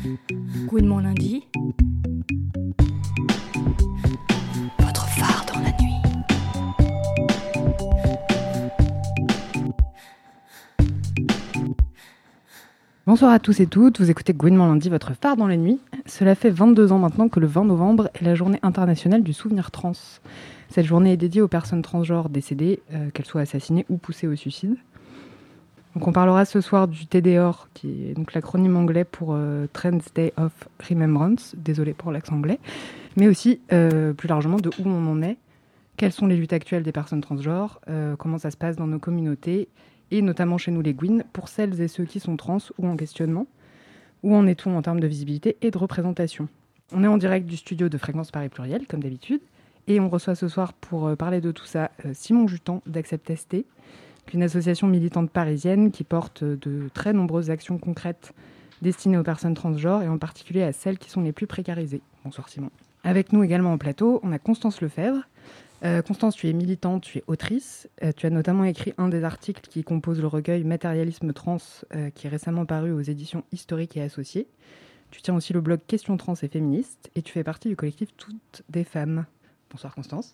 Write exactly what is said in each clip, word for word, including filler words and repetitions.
Gouinement lundi. Votre phare dans la nuit. Bonsoir à tous et toutes, vous écoutez Gouinement lundi, votre phare dans la nuit. Cela fait vingt-deux ans maintenant que le vingt novembre est la journée internationale du souvenir trans. Cette journée est dédiée aux personnes transgenres décédées, euh, qu'elles soient assassinées ou poussées au suicide. Donc on parlera ce soir du T D O R, qui est donc l'acronyme anglais pour euh, Trans Day of Remembrance, désolé pour l'accent anglais, mais aussi euh, plus largement de où on en est, quelles sont les luttes actuelles des personnes transgenres, euh, comment ça se passe dans nos communautés, et notamment chez nous les Gouines, pour celles et ceux qui sont trans ou en questionnement, où en est-on en termes de visibilité et de représentation. On est en direct du studio de Fréquence Paris Pluriel, comme d'habitude, et on reçoit ce soir pour euh, parler de tout ça euh, Simon Jutan d'Accept S T, une association militante parisienne qui porte de très nombreuses actions concrètes destinées aux personnes transgenres et en particulier à celles qui sont les plus précarisées. Bonsoir Simon. Avec nous également au plateau, on a Constance Lefebvre. Euh, Constance, tu es militante, tu es autrice. Euh, tu as notamment écrit un des articles qui compose le recueil Matérialisme trans, euh, qui est récemment paru aux éditions Historiques et Associées. Tu tiens aussi le blog Questions trans et féministes et tu fais partie du collectif Toutes des femmes. Bonsoir Constance.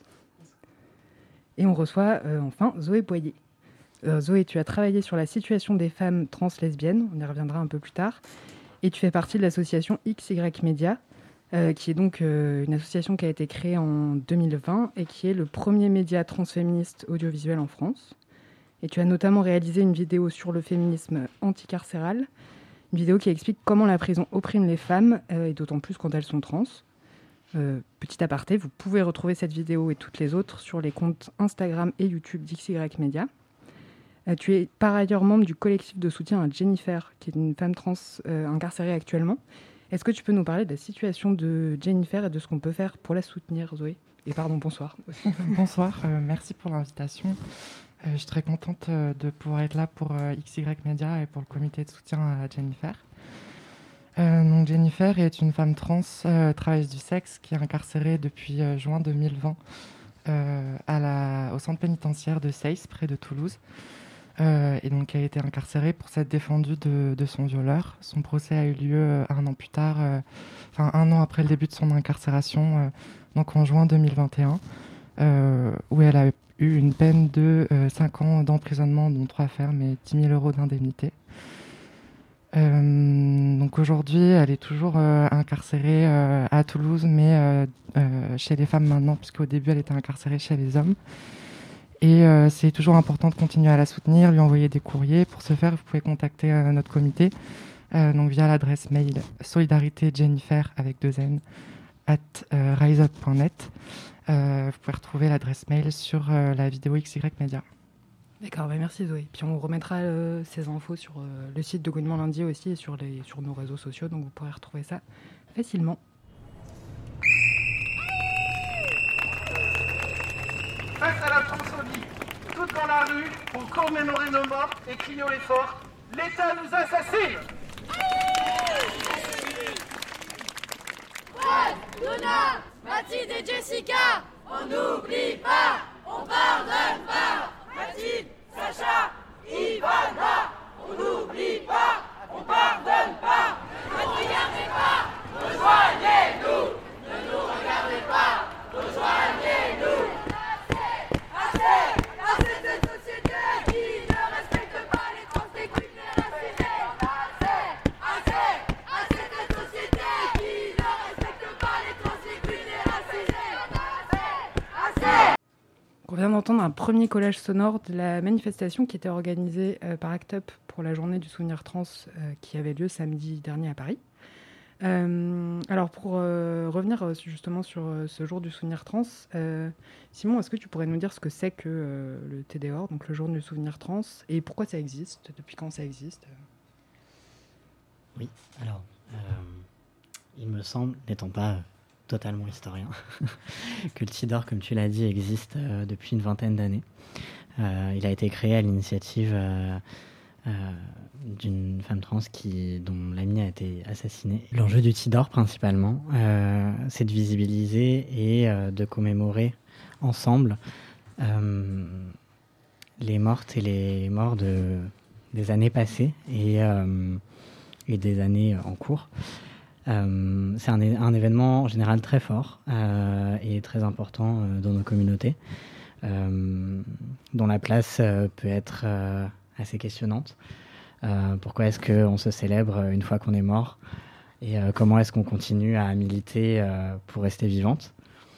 Et on reçoit euh, enfin Zoé Boyer. Euh, Zoé, tu as travaillé sur la situation des femmes trans lesbiennes, on y reviendra un peu plus tard, et tu fais partie de l'association X Y Media, euh, qui est donc euh, une association qui a été créée en deux mille vingt et qui est le premier média transféministe audiovisuel en France. Et tu as notamment réalisé une vidéo sur le féminisme anticarcéral, une vidéo qui explique comment la prison opprime les femmes, euh, et d'autant plus quand elles sont trans. Euh, petit aparté, vous pouvez retrouver cette vidéo et toutes les autres sur les comptes Instagram et YouTube d'X Y Media. Euh, tu es par ailleurs membre du collectif de soutien à Jennifer, qui est une femme trans euh, incarcérée actuellement. Est-ce que tu peux nous parler de la situation de Jennifer et de ce qu'on peut faire pour la soutenir, Zoé ? Et pardon, bonsoir. Bonsoir, euh, merci pour l'invitation. Euh, je suis très contente euh, de pouvoir être là pour euh, X Y Media et pour le comité de soutien à Jennifer. Euh, donc Jennifer est une femme trans, euh, travailleuse du sexe, qui est incarcérée depuis euh, juin deux mille vingt euh, à la, au centre pénitentiaire de Seyss, près de Toulouse. Euh, et donc elle a été incarcérée pour s'être défendue de, de son violeur. Son procès a eu lieu euh, un an plus tard, euh, enfin un an après le début de son incarcération, euh, donc en juin deux mille vingt et un, euh, où elle a eu une peine de euh, cinq ans d'emprisonnement, dont trois fermes et dix mille euros d'indemnité. Euh, donc aujourd'hui, elle est toujours euh, incarcérée euh, à Toulouse, mais euh, euh, chez les femmes maintenant, puisqu'au début elle était incarcérée chez les hommes. Et euh, c'est toujours important de continuer à la soutenir, lui envoyer des courriers. Pour ce faire, vous pouvez contacter euh, notre comité euh, donc via l'adresse mail solidaritéjennifer avec deux n at euh, riseup point net. Euh, vous pouvez retrouver l'adresse mail sur euh, la vidéo X Y Media. D'accord, bah merci Zoé. Puis on remettra euh, ces infos sur euh, le site de Gouinement lundi aussi et sur, les, sur nos réseaux sociaux, donc vous pourrez retrouver ça facilement. Face à la transphobie, toutes dans la rue pour commémorer nos morts et crier les fort, l'État nous assassine. Fred, Luna, Mathilde et Jessica, on n'oublie pas, on pardonne pas. Mathilde, Sacha, Ivana, on n'oublie pas, on pardonne pas. Ne regardez pas, rejoignez-nous. Ne nous regardez pas, rejoignez-nous. On vient d'entendre un premier collage sonore de la manifestation qui était organisée euh, par ACT UP pour la journée du souvenir trans euh, qui avait lieu samedi dernier à Paris. Euh, alors pour euh, revenir euh, justement sur euh, ce jour du souvenir trans, euh, Simon, est-ce que tu pourrais nous dire ce que c'est que euh, le T D O R, donc le jour du souvenir trans, et pourquoi ça existe, depuis quand ça existe ? Oui, alors, euh, il me semble, n'étant pas totalement historien, que le T D O R, comme tu l'as dit, existe euh, depuis une vingtaine d'années. Euh, il a été créé à l'initiative euh, euh, d'une femme trans qui, dont l'amie a été assassinée. L'enjeu du T D O R, principalement, euh, c'est de visibiliser et euh, de commémorer ensemble euh, les mortes et les morts de, des années passées et, euh, et des années en cours. Euh, c'est un, é- un événement en général très fort euh, et très important euh, dans nos communautés, euh, dont la place euh, peut être euh, assez questionnante. Euh, pourquoi est-ce qu'on se célèbre une fois qu'on est mort et euh, comment est-ce qu'on continue à militer euh, pour rester vivante.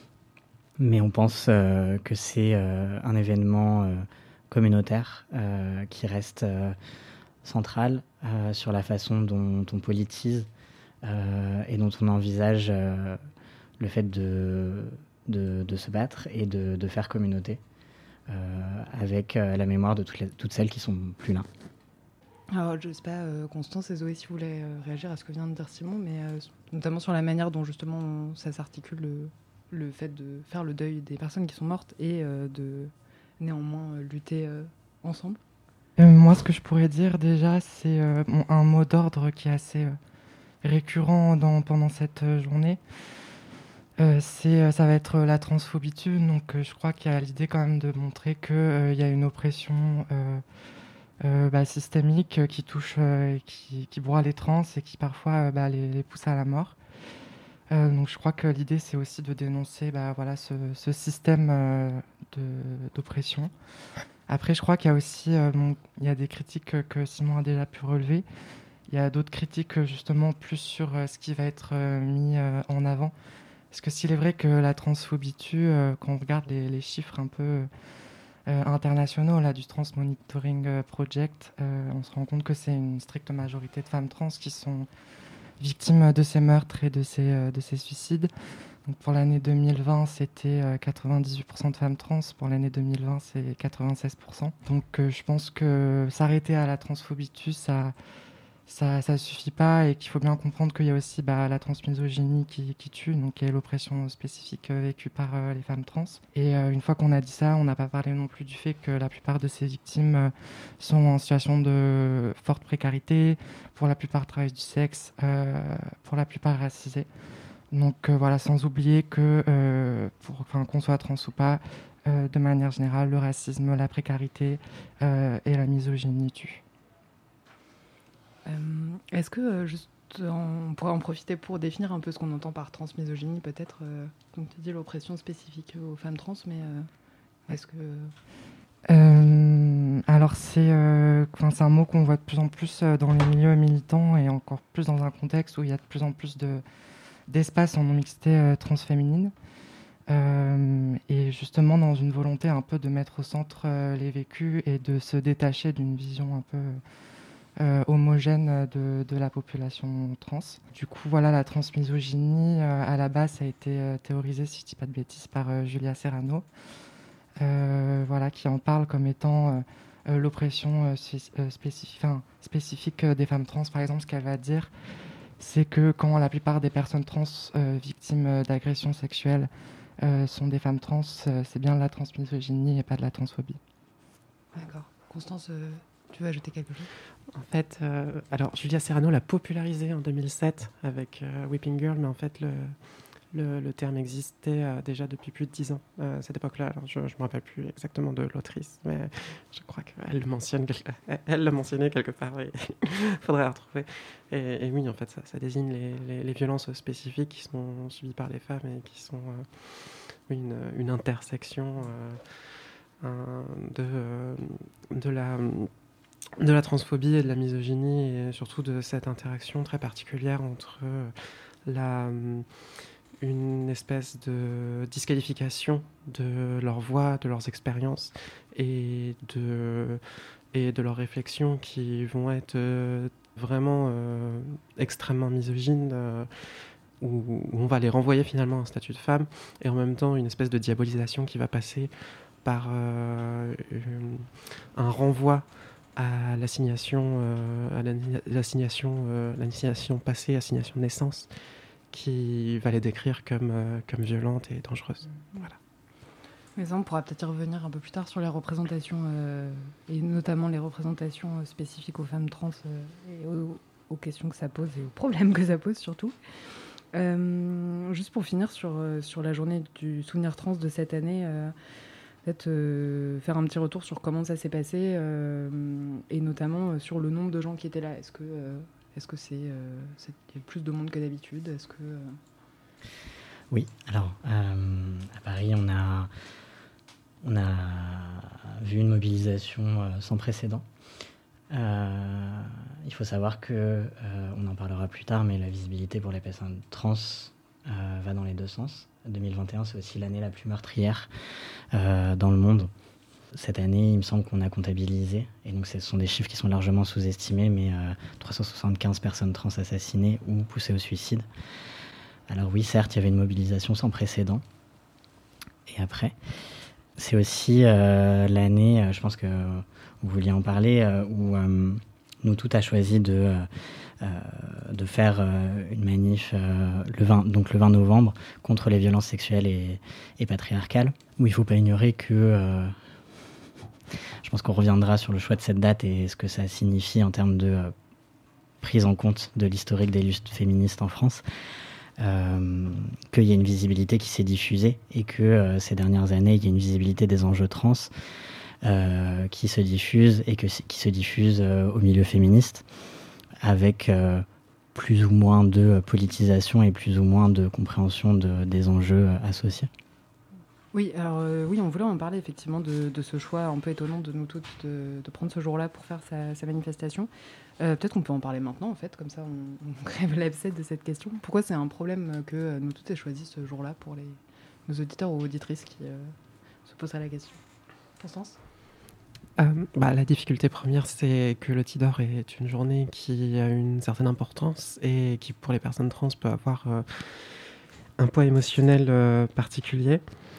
Mais on pense euh, que c'est euh, un événement euh, communautaire euh, qui reste euh, central euh, sur la façon dont on politise euh, et dont on envisage euh, le fait de, de, de se battre et de, de faire communauté euh, avec euh, la mémoire de toutes, les, toutes celles qui sont plus là. Alors, je ne sais pas, euh, Constance et Zoé, si vous voulez euh, réagir à ce que vient de dire Simon, mais euh, notamment sur la manière dont justement on- ça s'articule le, le fait de faire le deuil des personnes qui sont mortes et euh, de néanmoins euh, lutter euh, ensemble. Euh, moi, ce que je pourrais dire déjà, c'est euh, mon- un mot d'ordre qui est assez euh, récurrent dans, pendant cette euh, journée. Euh, c'est, euh, ça va être euh, la transphobitude. Donc, euh, je crois qu'il y a l'idée quand même de montrer qu'il euh, y a une oppression euh, euh, bah, systémique euh, qui touche, euh, et qui, qui broie les trans et qui parfois euh, bah, les, les pousse à la mort. Euh, donc, je crois que l'idée, c'est aussi de dénoncer bah, voilà, ce, ce système euh, de, d'oppression. Après, je crois qu'il y a aussi euh, bon, il y a des critiques euh, que Simon a déjà pu relever. Il y a d'autres critiques euh, justement plus sur euh, ce qui va être euh, mis euh, en avant. Parce que s'il est vrai que la transphobie tue, euh, quand on regarde les, les chiffres un peu euh, internationaux là, du Trans Monitoring euh, Project, euh, on se rend compte que c'est une stricte majorité de femmes trans qui sont victimes de ces meurtres et de ces, euh, de ces suicides. Donc pour l'année deux mille vingt, c'était euh, quatre-vingt-dix-huit pour cent de femmes trans. Pour l'année deux mille vingt, c'est quatre-vingt-seize pour cent. Donc euh, je pense que s'arrêter à la transphobie tue, ça ça ça suffit pas et qu'il faut bien comprendre qu'il y a aussi bah, la transmisogynie qui, qui tue, donc qui est l'oppression spécifique euh, vécue par euh, les femmes trans. Et euh, une fois qu'on a dit ça, on n'a pas parlé non plus du fait que la plupart de ces victimes euh, sont en situation de forte précarité, pour la plupart travaillent du sexe, euh, pour la plupart racisées. Donc euh, voilà, sans oublier que, euh, pour, enfin, qu'on soit trans ou pas, euh, de manière générale, le racisme, la précarité euh, et la misogynie tuent. Euh, est-ce que euh, juste, en- on pourrait en profiter pour définir un peu ce qu'on entend par transmisogynie, peut-être euh, comme tu dis, l'oppression spécifique aux femmes trans, mais euh, est-ce que... Euh, alors c'est, euh, enfin, c'est un mot qu'on voit de plus en plus euh, dans les milieux militants et encore plus dans un contexte où il y a de plus en plus de, d'espace en non-mixité euh, transféminine. Euh, et justement dans une volonté un peu de mettre au centre euh, les vécus et de se détacher d'une vision un peu euh, homogène de, de la population trans. Du coup, voilà, la transmisogynie, euh, à la base, ça a été euh, théorisé, si je ne dis pas de bêtises, par euh, Julia Serrano, euh, voilà, qui en parle comme étant euh, euh, l'oppression euh, spé- euh, spécifique, enfin, spécifique euh, des femmes trans. Par exemple, ce qu'elle va dire, c'est que quand la plupart des personnes trans euh, victimes euh, d'agressions sexuelles euh, sont des femmes trans, euh, c'est bien de la transmisogynie et pas de la transphobie. D'accord. Constance, euh, tu veux ajouter quelque chose ? En fait, euh, alors Julia Serrano l'a popularisé en deux mille sept avec euh, Whipping Girl, mais en fait le, le, le terme existait euh, déjà depuis plus de dix ans euh, à cette époque-là. Alors je ne me rappelle plus exactement de l'autrice, mais je crois qu'elle le mentionne, quelque... elle l'a mentionné quelque part. Il faudrait la retrouver. Et, et oui, en fait, ça, ça désigne les, les, les violences spécifiques qui sont subies par les femmes et qui sont euh, oui, une, une intersection euh, un, de, euh, de la de la transphobie et de la misogynie et surtout de cette interaction très particulière entre euh, la, une espèce de disqualification de leur voix, de leurs expériences et de, et de leurs réflexions qui vont être euh, vraiment euh, extrêmement misogynes, euh, où, où on va les renvoyer finalement à un statut de femme, et en même temps une espèce de diabolisation qui va passer par euh, une, un renvoi à l'assignation, euh, à la, l'assignation, euh, l'assignation passée, assignation de naissance, qui va les décrire comme, euh, comme violentes et dangereuses. Voilà. Mais ça, on pourra peut-être y revenir un peu plus tard sur les représentations, euh, et notamment les représentations euh, spécifiques aux femmes trans euh, et aux, aux questions que ça pose et aux problèmes que ça pose surtout. Euh, juste pour finir sur, euh, sur la journée du souvenir trans de cette année, euh, peut-être euh, faire un petit retour sur comment ça s'est passé euh, et notamment euh, sur le nombre de gens qui étaient là. Est-ce que, euh, Est-ce que c'est, euh, c'est il y a plus de monde que d'habitude? Est-ce que euh... Oui, alors euh, à Paris, on a, on a vu une mobilisation euh, sans précédent. Euh, il faut savoir que, euh, on en parlera plus tard, mais la visibilité pour les personnes trans euh, va dans les deux sens. deux mille vingt et un, c'est aussi l'année la plus meurtrière euh, dans le monde. Cette année, il me semble qu'on a comptabilisé, et donc ce sont des chiffres qui sont largement sous-estimés, mais euh, trois cent soixante-quinze personnes trans assassinées ou poussées au suicide. Alors oui, certes, il y avait une mobilisation sans précédent. Et après, c'est aussi euh, l'année, euh, je pense que vous vouliez en parler, euh, où euh, Nous Toutes a choisi de, euh, de faire euh, une manif euh, le, vingt, donc le vingt novembre contre les violences sexuelles et, et patriarcales, où il ne faut pas ignorer que... Euh, je pense qu'on reviendra sur le choix de cette date et ce que ça signifie en termes de euh, prise en compte de l'historique des luttes féministes en France. Euh, qu'il y a une visibilité qui s'est diffusée et que euh, ces dernières années, il y a une visibilité des enjeux trans euh, qui se diffuse et que, qui se diffuse euh, au milieu féministe avec euh, plus ou moins de euh, politisation et plus ou moins de compréhension de, des enjeux euh, associés. Oui, alors euh, oui, on voulait en parler effectivement de, de ce choix un peu étonnant de Nous Toutes de, de prendre ce jour-là pour faire sa, sa manifestation. Euh, peut-être qu'on peut en parler maintenant, en fait, comme ça on, on crève l'abcès de cette question. Pourquoi c'est un problème que euh, Nous Toutes ait choisi ce jour-là pour les, nos auditeurs ou auditrices qui euh, se poseraient la question? Constance? Euh, bah, la difficulté première, c'est que le Tidor est une journée qui a une certaine importance et qui, pour les personnes trans, peut avoir euh, un poids émotionnel euh, particulier.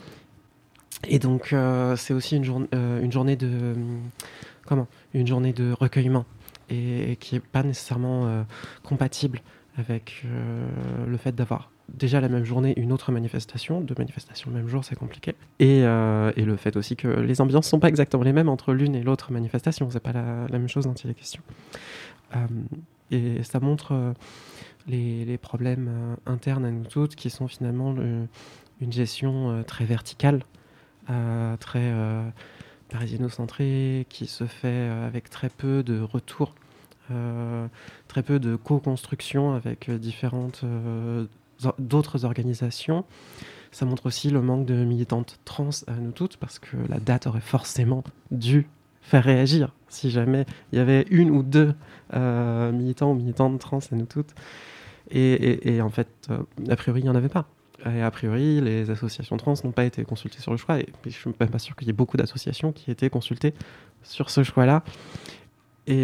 Et donc, euh, c'est aussi une, jour- euh, une journée de euh, comment une journée de recueillement et, et qui est pas nécessairement euh, compatible avec euh, le fait d'avoir déjà la même journée une autre manifestation, deux manifestations le même jour, c'est compliqué. Et, euh, et le fait aussi que les ambiances sont pas exactement les mêmes entre l'une et l'autre manifestation, c'est pas la, la même chose dont il est question. Euh, et ça montre euh, les, les problèmes euh, internes à Nous Toutes qui sont finalement le, une gestion euh, très verticale. Euh, très euh, parisiano-centré, qui se fait euh, avec très peu de retours, euh, très peu de co-construction avec euh, différentes euh, or- d'autres organisations. Ça montre aussi le manque de militantes trans à Nous Toutes, parce que la date aurait forcément dû faire réagir si jamais il y avait une ou deux euh, militants ou militantes trans à Nous Toutes. Et, et, et en fait, euh, a priori, il n'y en avait pas. Et a priori, les associations trans n'ont pas été consultées sur le choix. Et je ne suis même pas sûr qu'il y ait beaucoup d'associations qui aient été consultées sur ce choix-là. Et,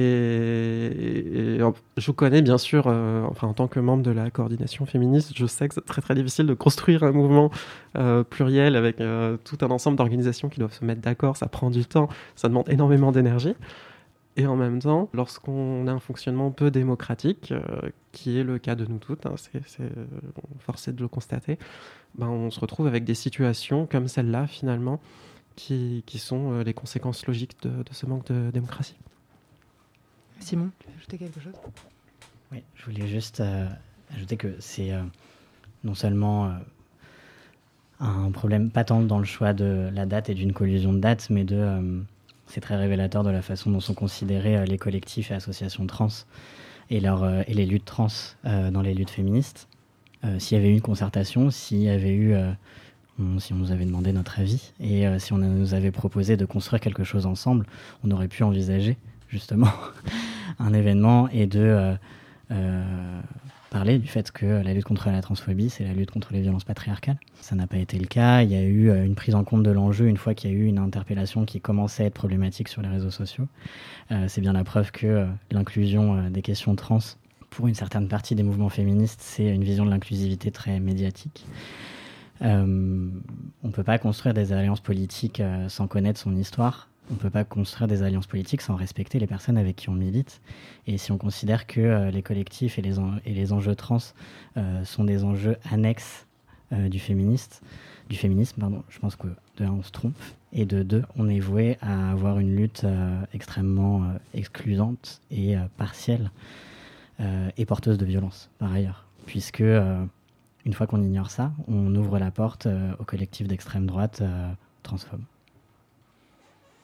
et, et je connais bien sûr, euh, enfin, en tant que membre de la coordination féministe, je sais que c'est très très difficile de construire un mouvement euh, pluriel avec euh, tout un ensemble d'organisations qui doivent se mettre d'accord. Ça prend du temps, ça demande énormément d'énergie. Et en même temps, lorsqu'on a un fonctionnement peu démocratique, euh, qui est le cas de Nous Toutes, hein, c'est, c'est, force est de le constater, ben on se retrouve avec des situations comme celle-là, finalement, qui, qui sont euh, les conséquences logiques de, de ce manque de démocratie. Simon, tu veux ajouter quelque chose? Oui, je voulais juste euh, ajouter que c'est euh, non seulement euh, un problème pas tant dans le choix de la date et d'une collusion de dates, mais de... Euh, c'est très révélateur de la façon dont sont considérés euh, les collectifs et associations trans et, leur, euh, et les luttes trans euh, dans les luttes féministes. Euh, s'il y avait eu une concertation, s'il y avait eu, euh, on, si on nous avait demandé notre avis et euh, si on nous avait proposé de construire quelque chose ensemble, on aurait pu envisager justement un événement et de euh, euh, parler du fait que la lutte contre la transphobie, c'est la lutte contre les violences patriarcales. Ça n'a pas été le cas. Il y a eu une prise en compte de l'enjeu une fois qu'il y a eu une interpellation qui commençait à être problématique sur les réseaux sociaux. Euh, c'est bien la preuve que euh, l'inclusion euh, des questions trans, pour une certaine partie des mouvements féministes, c'est une vision de l'inclusivité très médiatique. Euh, on ne peut pas construire des alliances politiques euh, sans connaître son histoire. On ne peut pas construire des alliances politiques sans respecter les personnes avec qui on milite. Et si on considère que euh, les collectifs et les, en- et les enjeux trans euh, sont des enjeux annexes euh, du, féministe, du féminisme, pardon, je pense que de un, on se trompe. Et de deux, on est voué à avoir une lutte euh, extrêmement euh, excluante et euh, partielle euh, et porteuse de violence, par ailleurs. Puisque, euh, une fois qu'on ignore ça, on ouvre la porte euh, aux collectifs d'extrême droite euh, transphobes.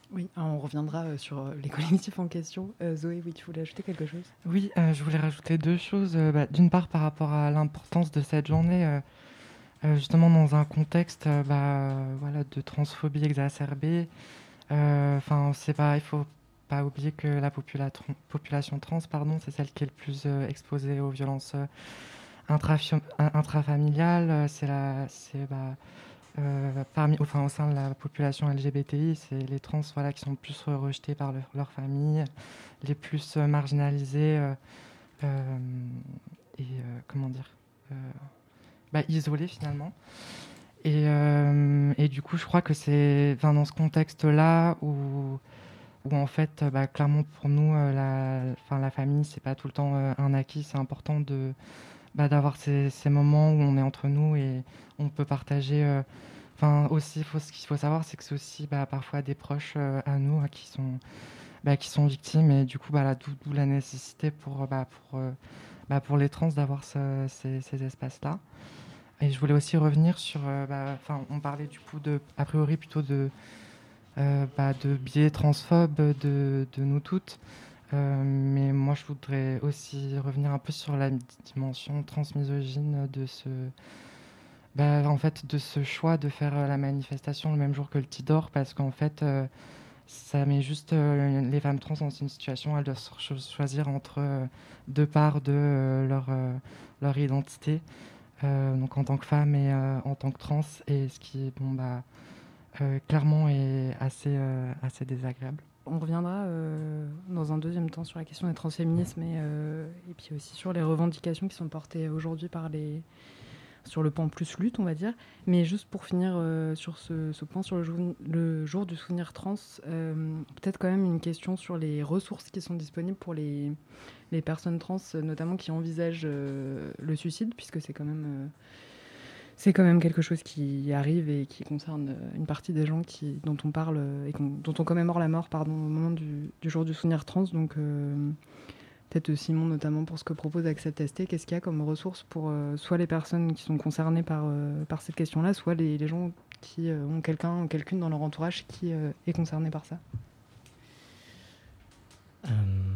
Oui, on reviendra sur les collectifs en question. Euh, Zoé, oui, tu voulais ajouter quelque chose ? Oui, euh, je voulais rajouter deux choses. Euh, bah, d'une part, par rapport à l'importance de cette journée, euh, euh, justement dans un contexte euh, bah, voilà, de transphobie exacerbée. Enfin, c'est pas, il faut pas oublier que la popula- tron- population trans, pardon, c'est celle qui est le plus euh, exposée aux violences euh, intrafio- in- intrafamiliales. Euh, C'est la, c'est bah, euh, parmi, enfin, au sein de la population L G B T I, c'est les trans voilà, qui sont le plus euh, rejetés par leur, leur famille, les plus euh, marginalisés euh, euh, et euh, comment dire, euh, bah, isolés finalement. Et, euh, et du coup, je crois que c'est enfin, dans ce contexte-là où, où en fait, bah, clairement pour nous, euh, la, enfin, la famille, c'est pas tout le temps euh, un acquis. C'est important de, bah, d'avoir ces, ces moments où on est entre nous et on peut partager. euh, Enfin, aussi, faut, ce qu'il faut savoir, c'est que c'est aussi bah, parfois des proches euh, à nous hein, qui sont bah, qui sont victimes et du coup, bah, là, d'où, d'où la nécessité pour bah, pour euh, bah, pour les trans d'avoir ce- ces, ces espaces-là. Et je voulais aussi revenir sur, euh, bah, enfin, on parlait du coup de, a priori plutôt de, euh, bah, de biais transphobes de, de nous toutes, Euh, mais moi je voudrais aussi revenir un peu sur la dimension transmisogyne de ce, bah, en fait, de ce choix de faire euh, la manifestation le même jour que le Tidor, parce qu'en fait, euh, ça met juste euh, les femmes trans dans une situation, elles doivent cho- choisir entre euh, deux parts de euh, leur, euh, leur identité. Euh, donc en tant que femme et euh, en tant que trans, et ce qui bon bah euh, clairement est assez euh, assez désagréable. On reviendra euh, dans un deuxième temps sur la question des transféminismes et, euh, et puis aussi sur les revendications qui sont portées aujourd'hui par les sur le pan plus lutte, on va dire. Mais juste pour finir euh, sur ce, ce point sur le jour, le jour du souvenir trans, euh, peut-être quand même une question sur les ressources qui sont disponibles pour les, les personnes trans, notamment qui envisagent euh, le suicide, puisque c'est quand même... Euh, c'est quand même quelque chose qui arrive et qui concerne une partie des gens qui, dont on parle et dont on commémore la mort pardon, au moment du, du jour du souvenir trans. Donc euh, peut-être Simon notamment pour ce que propose Accept S T, qu'est-ce qu'il y a comme ressources pour euh, soit les personnes qui sont concernées par, euh, par cette question-là, soit les, les gens qui euh, ont quelqu'un ou quelqu'une dans leur entourage qui euh, est concerné par ça. Euh...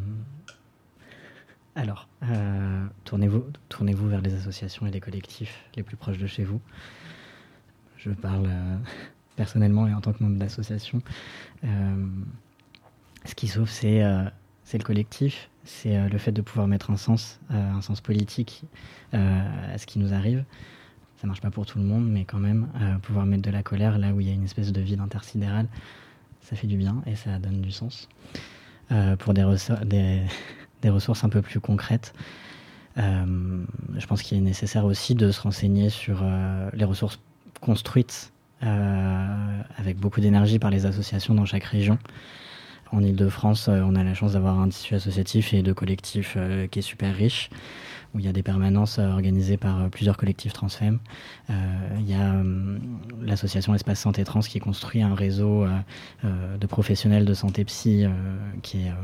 Alors, euh, tournez-vous, tournez-vous vers les associations et les collectifs les plus proches de chez vous. Je parle euh, personnellement et en tant que membre d'association. Euh, ce qui sauve, c'est, euh, c'est le collectif, c'est euh, le fait de pouvoir mettre un sens, euh, un sens politique euh, à ce qui nous arrive. Ça marche pas pour tout le monde, mais quand même, euh, pouvoir mettre de la colère là où il y a une espèce de vide intersidéral, ça fait du bien et ça donne du sens. Euh, pour des, ressort- des, des ressources un peu plus concrètes, euh, je pense qu'il est nécessaire aussi de se renseigner sur euh, les ressources construites euh, avec beaucoup d'énergie par les associations dans chaque région. En Ile-de-France, euh, on a la chance d'avoir un tissu associatif et de collectifs euh, qui est super riche, où il y a des permanences euh, organisées par euh, plusieurs collectifs transfemmes. Euh, il y a euh, l'association Espace Santé Trans qui construit un réseau euh, euh, de professionnels de santé psy euh, qui est euh,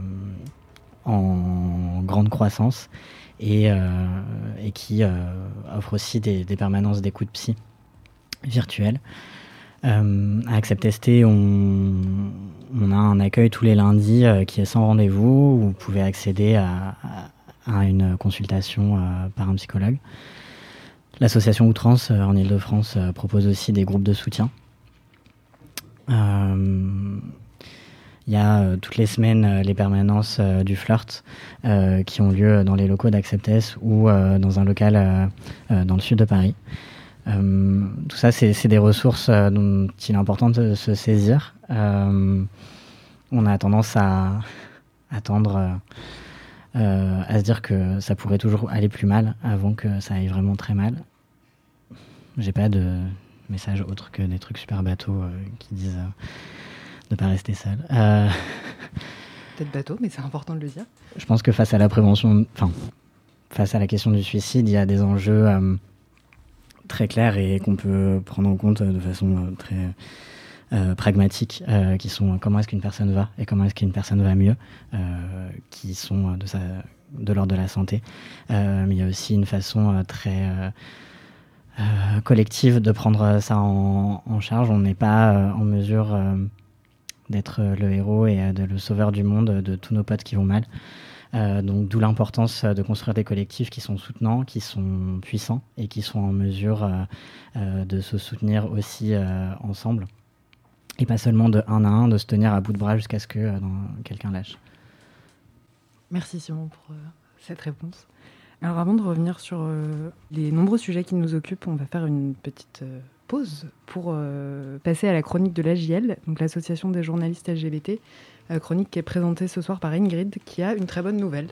en grande croissance et, euh, et qui euh, offre aussi des, des permanences d'écoute psy virtuelles. Euh, à Accept S T, on, on a un accueil tous les lundis euh, qui est sans rendez-vous, où vous pouvez accéder à, à, à une consultation euh, par un psychologue. L'association Outrans euh, en Ile-de-France euh, propose aussi des groupes de soutien. Euh, Il y a euh, toutes les semaines euh, les permanences euh, du flirt euh, qui ont lieu dans les locaux d'Accept S ou euh, dans un local euh, euh, dans le sud de Paris. Euh, tout ça, c'est, c'est des ressources euh, dont il est important de se saisir. Euh, on a tendance à attendre, euh, euh, à se dire que ça pourrait toujours aller plus mal avant que ça aille vraiment très mal. J'ai pas de message autre que des trucs super bateaux euh, qui disent euh, de pas rester seul. Euh... Peut-être bateau, mais c'est important de le dire. Je pense que face à la prévention, enfin, face à la question du suicide, il y a des enjeux euh, très clairs et qu'on peut prendre en compte de façon euh, très euh, pragmatique, euh, qui sont comment est-ce qu'une personne va et comment est-ce qu'une personne va mieux, euh, qui sont de, sa, de l'ordre de la santé. Euh, mais il y a aussi une façon euh, très euh, euh, collective de prendre ça en, en charge. On n'est pas euh, en mesure... Euh, d'être le héros et de le sauveur du monde de tous nos potes qui vont mal. Euh, donc d'où l'importance de construire des collectifs qui sont soutenants, qui sont puissants et qui sont en mesure euh, euh, de se soutenir aussi euh, ensemble. Et pas seulement de un à un, de se tenir à bout de bras jusqu'à ce que euh, quelqu'un lâche. Merci Simon pour euh, cette réponse. Alors avant de revenir sur euh, les nombreux sujets qui nous occupent, on va faire une petite euh, pause pour euh, passer à la chronique de l'A J L, donc l'association des journalistes L G B T, euh, chronique qui est présentée ce soir par Ingrid, qui a une très bonne nouvelle.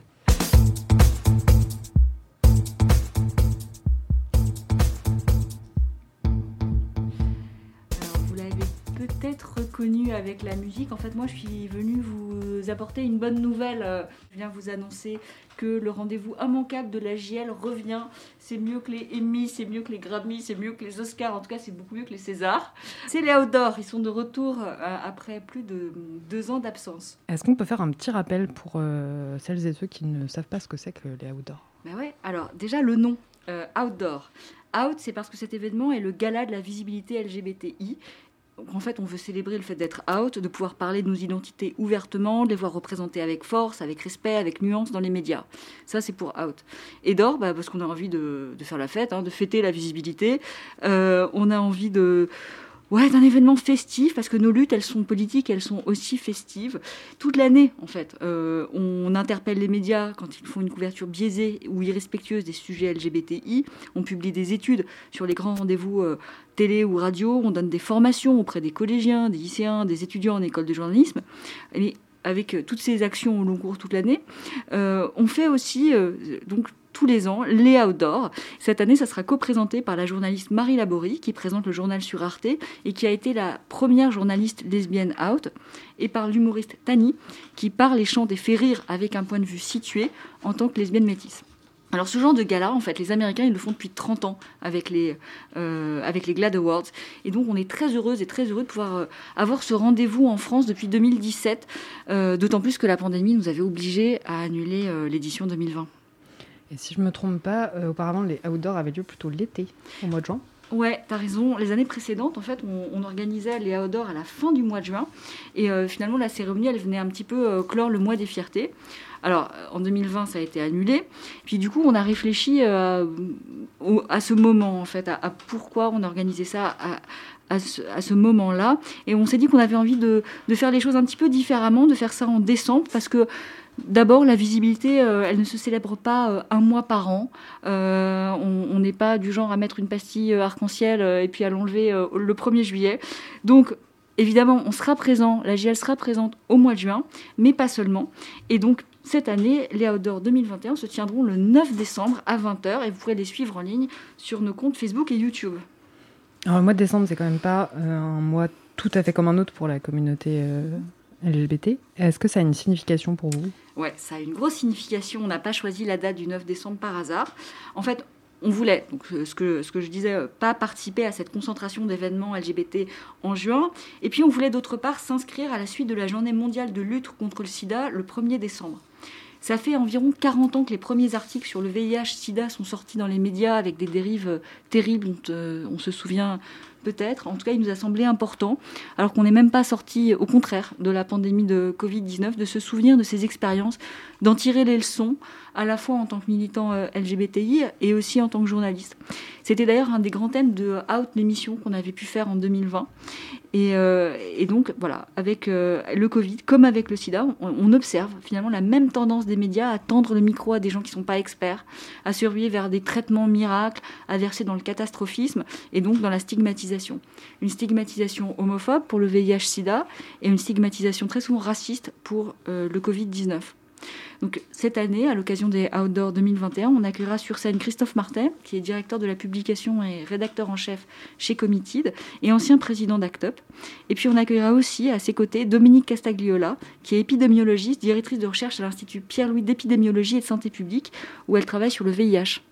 Peut-être reconnu avec la musique. En fait, moi, je suis venue vous apporter une bonne nouvelle. Je viens vous annoncer que le rendez-vous immanquable de l'A J L revient. C'est mieux que les Emmy, c'est mieux que les Grammy, c'est mieux que les Oscars. En tout cas, c'est beaucoup mieux que les Césars. C'est les Outdoors. Ils sont de retour après plus de deux ans d'absence. Est-ce qu'on peut faire un petit rappel pour euh, celles et ceux qui ne savent pas ce que c'est que les Outdoors ? Ben ouais. Alors, déjà, le nom, euh, Outdoor. Out, c'est parce que cet événement est le gala de la visibilité L G B T I. En fait, on veut célébrer le fait d'être out, de pouvoir parler de nos identités ouvertement, de les voir représentées avec force, avec respect, avec nuance dans les médias. Ça, c'est pour out. Et d'or, bah, parce qu'on a envie de, de faire la fête, hein, de fêter la visibilité. Euh, on a envie de... Ouais, d'un événement festif, parce que nos luttes, elles sont politiques, elles sont aussi festives. Toute l'année, en fait, euh, on interpelle les médias quand ils font une couverture biaisée ou irrespectueuse des sujets L G B T I. On publie des études sur les grands rendez-vous euh, télé ou radio. On donne des formations auprès des collégiens, des lycéens, des étudiants en école de journalisme. Et avec toutes ces actions au long cours toute l'année, euh, on fait aussi... Euh, donc, tous les ans, les Outdoors. Cette année, ça sera co-présenté par la journaliste Marie Laborie, qui présente le journal sur Arte et qui a été la première journaliste lesbienne out, et par l'humoriste Tani, qui parle et chante et fait rire avec un point de vue situé en tant que lesbienne métisse. Alors ce genre de gala, en fait, les Américains, ils le font depuis trente ans avec les, euh, avec les GLAAD Awards. Et donc, on est très heureuse et très heureux de pouvoir euh, avoir ce rendez-vous en France depuis deux mille dix-sept, euh, d'autant plus que la pandémie nous avait obligés à annuler euh, l'édition deux mille vingt. Et si je ne me trompe pas, euh, auparavant, les Outdoors avaient lieu plutôt l'été, au mois de juin. Ouais, t'as raison. Les années précédentes, en fait, on, on organisait les Outdoors à la fin du mois de juin. Et euh, finalement, la cérémonie, elle venait un petit peu euh, clore le mois des fiertés. Alors, en deux mille vingt, ça a été annulé. Puis du coup, on a réfléchi euh, au, à ce moment, en fait, à, à pourquoi on organisait ça à, à, ce, à ce moment-là. Et on s'est dit qu'on avait envie de, de faire les choses un petit peu différemment, de faire ça en décembre, parce que d'abord, la visibilité, euh, elle ne se célèbre pas euh, un mois par an. Euh, on n'est pas du genre à mettre une pastille euh, arc-en-ciel euh, et puis à l'enlever euh, le premier juillet. Donc, évidemment, on sera présent, la J L sera présente au mois de juin, mais pas seulement. Et donc, cette année, les Outdoors deux mille vingt et un se tiendront le neuf décembre à vingt heures et vous pourrez les suivre en ligne sur nos comptes Facebook et YouTube. Alors, le mois de décembre, c'est quand même pas euh, un mois tout à fait comme un autre pour la communauté euh, L G B T. Est-ce que ça a une signification pour vous ? Ouais, ça a une grosse signification. On n'a pas choisi la date du neuf décembre par hasard. En fait, on voulait, donc ce que, ce que je disais, pas participer à cette concentration d'événements L G B T en juin. Et puis, on voulait d'autre part s'inscrire à la suite de la journée mondiale de lutte contre le sida le premier décembre. Ça fait environ quarante ans que les premiers articles sur le V I H sida sont sortis dans les médias avec des dérives terribles dont euh, on se souvient peut-être. En tout cas, il nous a semblé important, alors qu'on n'est même pas sorti, au contraire, de la pandémie de covid dix-neuf, de se souvenir de ces expériences, d'en tirer les leçons, à la fois en tant que militant euh, L G B T I et aussi en tant que journaliste. C'était d'ailleurs un des grands thèmes de Out, l'émission qu'on avait pu faire en deux mille vingt. Et, euh, et donc, voilà, avec euh, le Covid, comme avec le sida, on, on observe finalement la même tendance des médias à tendre le micro à des gens qui ne sont pas experts, à se ruer vers des traitements miracles, à verser dans le catastrophisme et donc dans la stigmatisation. Une stigmatisation homophobe pour le V I H sida et une stigmatisation très souvent raciste pour euh, le covid dix-neuf. Donc, cette année, à l'occasion des Outdoors deux mille vingt et un, on accueillera sur scène Christophe Martin, qui est directeur de la publication et rédacteur en chef chez Committed et ancien président d'Act Up. Et puis, on accueillera aussi à ses côtés Dominique Castagliola, qui est épidémiologiste, directrice de recherche à l'Institut Pierre-Louis d'épidémiologie et de santé publique, où elle travaille sur le V I H.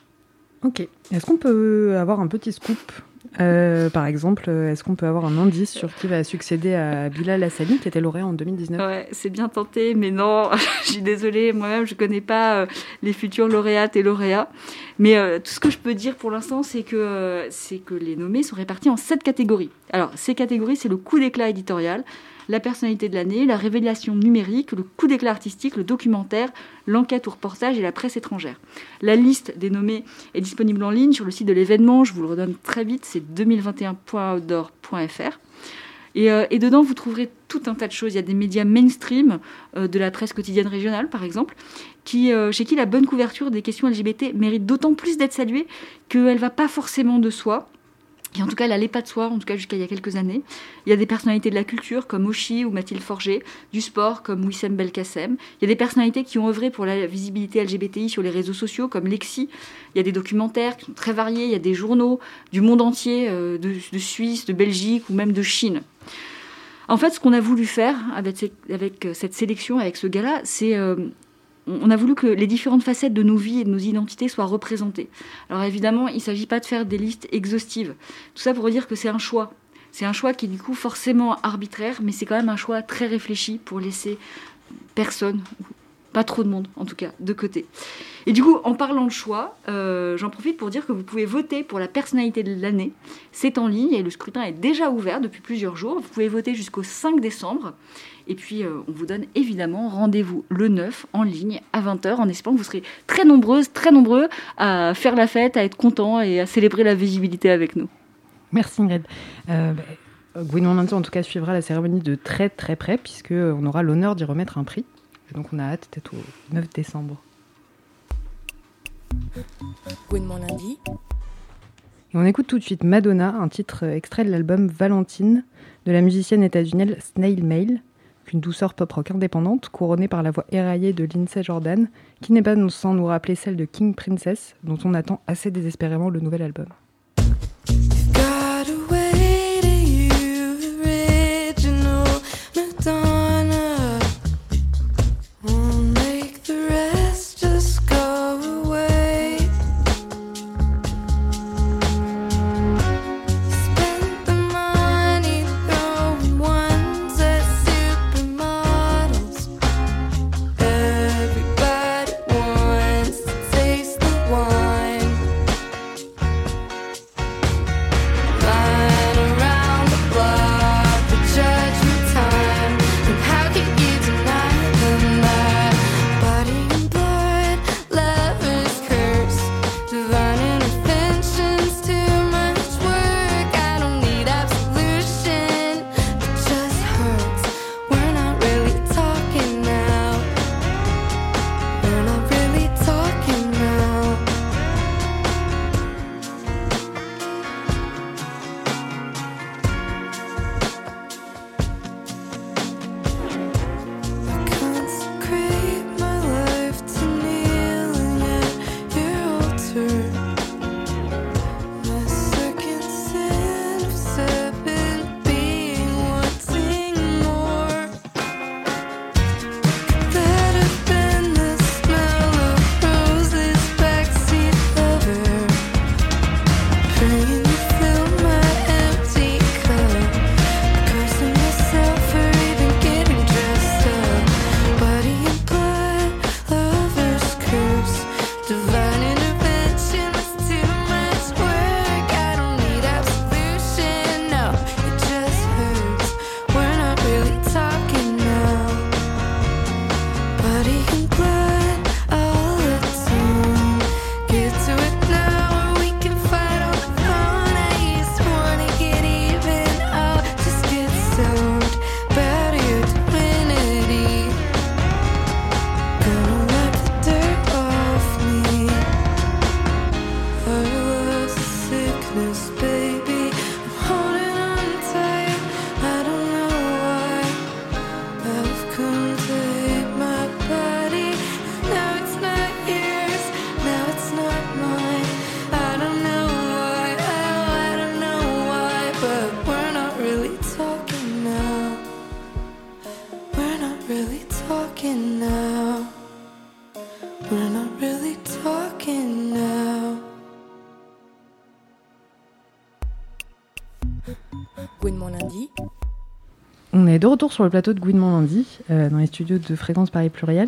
Ok. Est-ce qu'on peut avoir un petit scoop ? Euh, par exemple, est-ce qu'on peut avoir un indice sur qui va succéder à Bilal Hassani, qui était lauréat en deux mille dix-neuf ? Ouais, c'est bien tenté, mais non, je suis désolée, moi-même je ne connais pas euh, les futurs lauréates et lauréats. Mais euh, tout ce que je peux dire pour l'instant, c'est que, euh, c'est que les nommés sont répartis en sept catégories. Alors, ces catégories, c'est le coup d'éclat éditorial. la personnalité de l'année, la révélation numérique, le coup d'éclat artistique, le documentaire, l'enquête ou reportage et la presse étrangère. La liste des nommés est disponible en ligne sur le site de l'événement, je vous le redonne très vite, c'est deux mille vingt et un point outdoor point f r. Et, euh, et dedans, vous trouverez tout un tas de choses. Il y a des médias mainstream, euh, de la presse quotidienne régionale, par exemple, qui, euh, chez qui la bonne couverture des questions L G B T mérite d'autant plus d'être saluée qu'elle ne va pas forcément de soi. Et en tout cas, elle n'allait pas de soi, en tout cas jusqu'à il y a quelques années. Il y a des personnalités de la culture, comme Oshi ou Mathilde Forger, du sport, comme Wissem Belkacem. Il y a des personnalités qui ont œuvré pour la visibilité L G B T I sur les réseaux sociaux, comme Lexi. Il y a des documentaires qui sont très variés. Il y a des journaux du monde entier, euh, de, de Suisse, de Belgique ou même de Chine. En fait, ce qu'on a voulu faire avec, cette, avec cette sélection, avec ce gala, c'est... Euh, on a voulu que les différentes facettes de nos vies et de nos identités soient représentées. Alors évidemment, il ne s'agit pas de faire des listes exhaustives. Tout ça pour dire que c'est un choix. C'est un choix qui est du coup forcément arbitraire, mais c'est quand même un choix très réfléchi pour laisser personne, pas trop de monde en tout cas, de côté. Et du coup, en parlant de choix, euh, j'en profite pour dire que vous pouvez voter pour la personnalité de l'année. C'est en ligne et le scrutin est déjà ouvert depuis plusieurs jours. Vous pouvez voter jusqu'au cinq décembre. Et puis, euh, on vous donne évidemment rendez-vous le neuf en ligne à vingt heures, en espérant que vous serez très nombreuses, très nombreux à faire la fête, à être contents et à célébrer la visibilité avec nous. Merci Ingrid. Euh, bah, Gouinement Lundi, en tout cas, suivra la cérémonie de très très près, puisqu'on aura l'honneur d'y remettre un prix. Et donc, on a hâte d'être au neuf décembre. Gouinement Lundi. Et on écoute tout de suite Madonna, un titre extrait de l'album Valentine de la musicienne états-unienne Snail Mail. Une douceur pop-rock indépendante, couronnée par la voix éraillée de Lindsay Jordan, qui n'est pas sans nous rappeler celle de King Princess, dont on attend assez désespérément le nouvel album. Gouinement Lundi. On est de retour sur le plateau de Gouinement Lundi, euh, dans les studios de Fréquence Paris Pluriel.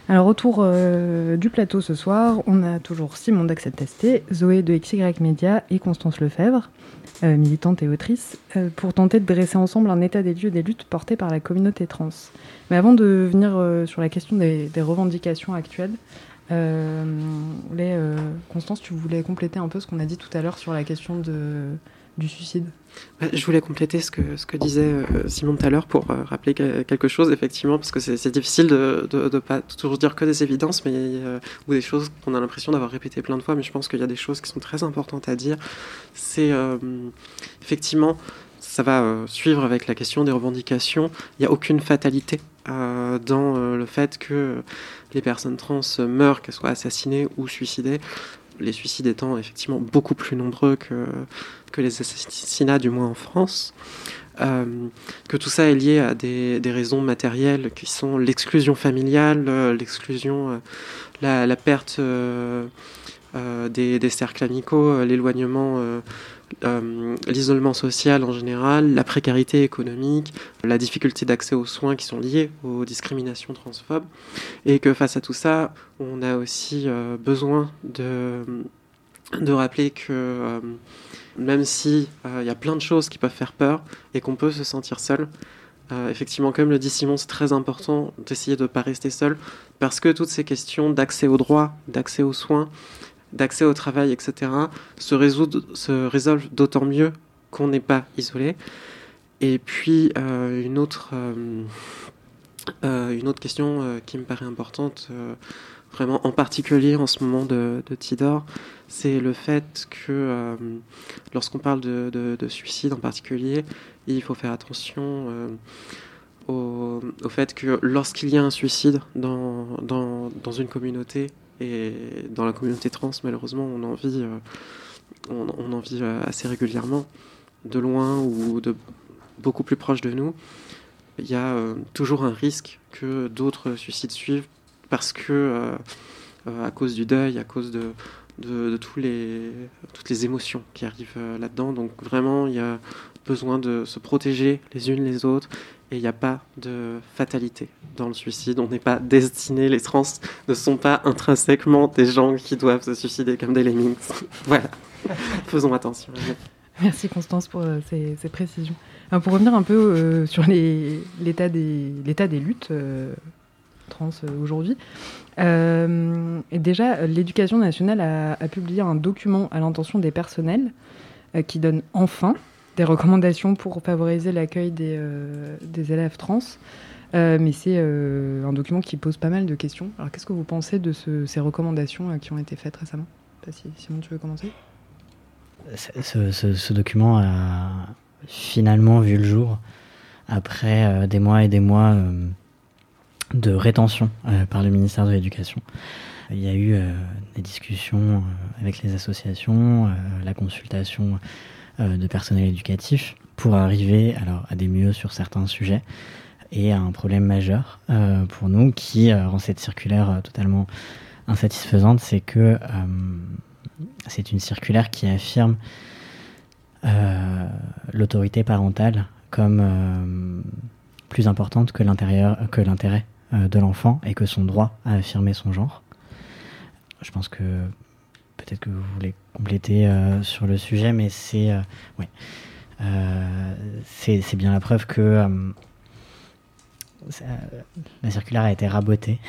Alors, autour euh, du plateau ce soir, on a toujours Simon d'Accept S T, Zoé de X Y Media et Constance Lefebvre, euh, militante et autrice, euh, pour tenter de dresser ensemble un état des lieux des luttes portées par la communauté trans. Mais avant de venir euh, sur la question des, des revendications actuelles, euh, les, euh, Constance, tu voulais compléter un peu ce qu'on a dit tout à l'heure sur la question de, du suicide ? Je voulais compléter ce que, ce que disait Simon tout à l'heure pour euh, rappeler quelque chose, effectivement, parce que c'est, c'est difficile de ne pas toujours dire que des évidences, mais, euh, ou des choses qu'on a l'impression d'avoir répétées plein de fois, mais je pense qu'il y a des choses qui sont très importantes à dire. C'est euh, effectivement, ça va euh, suivre avec la question des revendications. Il n'y a aucune fatalité euh, dans euh, le fait que les personnes trans meurent, qu'elles soient assassinées ou suicidées. Les suicides étant effectivement beaucoup plus nombreux que, que les assassinats, du moins en France, euh, que tout ça est lié à des, des raisons matérielles qui sont l'exclusion familiale, l'exclusion, euh, la, la perte euh, euh, des, des cercles amicaux, l'éloignement, euh, euh, l'isolement social en général, la précarité économique, la difficulté d'accès aux soins qui sont liés aux discriminations transphobes, et que face à tout ça, on a aussi euh, besoin de, de rappeler que euh, même si il euh, y a plein de choses qui peuvent faire peur et qu'on peut se sentir seul, euh, effectivement, comme le dit Simon, c'est très important d'essayer de ne pas rester seul, parce que toutes ces questions d'accès aux droits, d'accès aux soins, d'accès au travail, et cetera, se, résoudre, se résolvent d'autant mieux qu'on n'est pas isolé. Et puis, euh, une, autre, euh, euh, une autre question euh, qui me paraît importante, euh, vraiment en particulier en ce moment de, de Tidor, c'est le fait que euh, lorsqu'on parle de, de, de suicide en particulier, il faut faire attention euh, au, au fait que lorsqu'il y a un suicide dans, dans, dans une communauté, et dans la communauté trans, malheureusement, on en vit, euh, on, on en vit euh, assez régulièrement, de loin ou de beaucoup plus proche de nous. Il y a euh, toujours un risque que d'autres suicides suivent parce que, euh, euh, à cause du deuil, à cause de, de, de tous les, toutes les émotions qui arrivent euh, là-dedans. Donc vraiment, il y a besoin de se protéger les unes les autres. Et il n'y a pas de fatalité dans le suicide. On n'est pas destinés, les trans ne sont pas intrinsèquement des gens qui doivent se suicider comme des lemmings. Voilà, faisons attention. Merci Constance pour euh, ces, ces précisions. Alors, pour revenir un peu euh, sur les, l'état, des, l'état des luttes euh, trans euh, aujourd'hui, euh, et déjà, l'Éducation nationale a, a publié un document à l'intention des personnels euh, qui donne enfin des recommandations pour favoriser l'accueil des, euh, des élèves trans. Euh, mais c'est euh, un document qui pose pas mal de questions. Alors, qu'est-ce que vous pensez de ce, ces recommandations euh, qui ont été faites récemment ? Si, Simon, tu veux commencer ? Ce, ce, ce document a finalement vu le jour après euh, des mois et des mois euh, de rétention euh, par le ministère de l'Éducation. Il y a eu euh, des discussions euh, avec les associations, euh, la consultation de personnel éducatif pour arriver alors, à des mieux sur certains sujets et à un problème majeur euh, pour nous qui euh, rend cette circulaire euh, totalement insatisfaisante, c'est que euh, c'est une circulaire qui affirme euh, l'autorité parentale comme euh, plus importante que, l'intérieur, que l'intérêt euh, de l'enfant et que son droit à affirmer son genre. Je pense que peut-être que vous voulez compléter euh, sur le sujet, mais c'est, euh, ouais, euh, c'est, c'est bien la preuve que euh, ça, la circulaire a été rabotée.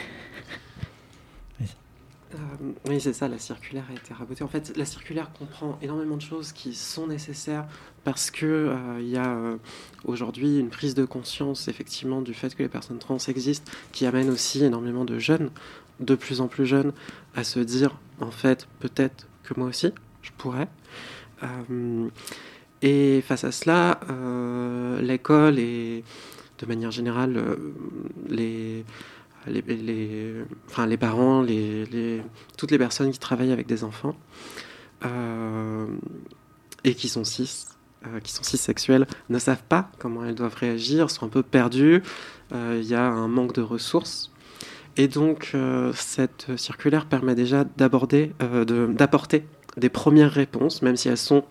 Euh, oui, c'est ça, la circulaire a été rabotée. En fait, la circulaire comprend énormément de choses qui sont nécessaires parce qu'il euh, y a euh, aujourd'hui une prise de conscience, effectivement, du fait que les personnes trans existent, qui amène aussi énormément de jeunes, de plus en plus jeunes, à se dire, en fait, peut-être que moi aussi, je pourrais. Euh, et face à cela, euh, l'école et, de manière générale, euh, les... Les, les, enfin, les parents, les, les, toutes les personnes qui travaillent avec des enfants euh, et qui sont cis, euh, qui sont cissexuelles, ne savent pas comment elles doivent réagir, sont un peu perdues, il euh, y a un manque de ressources. Et donc, euh, cette circulaire permet déjà d'aborder, euh, de, d'apporter des premières réponses, même si elles sont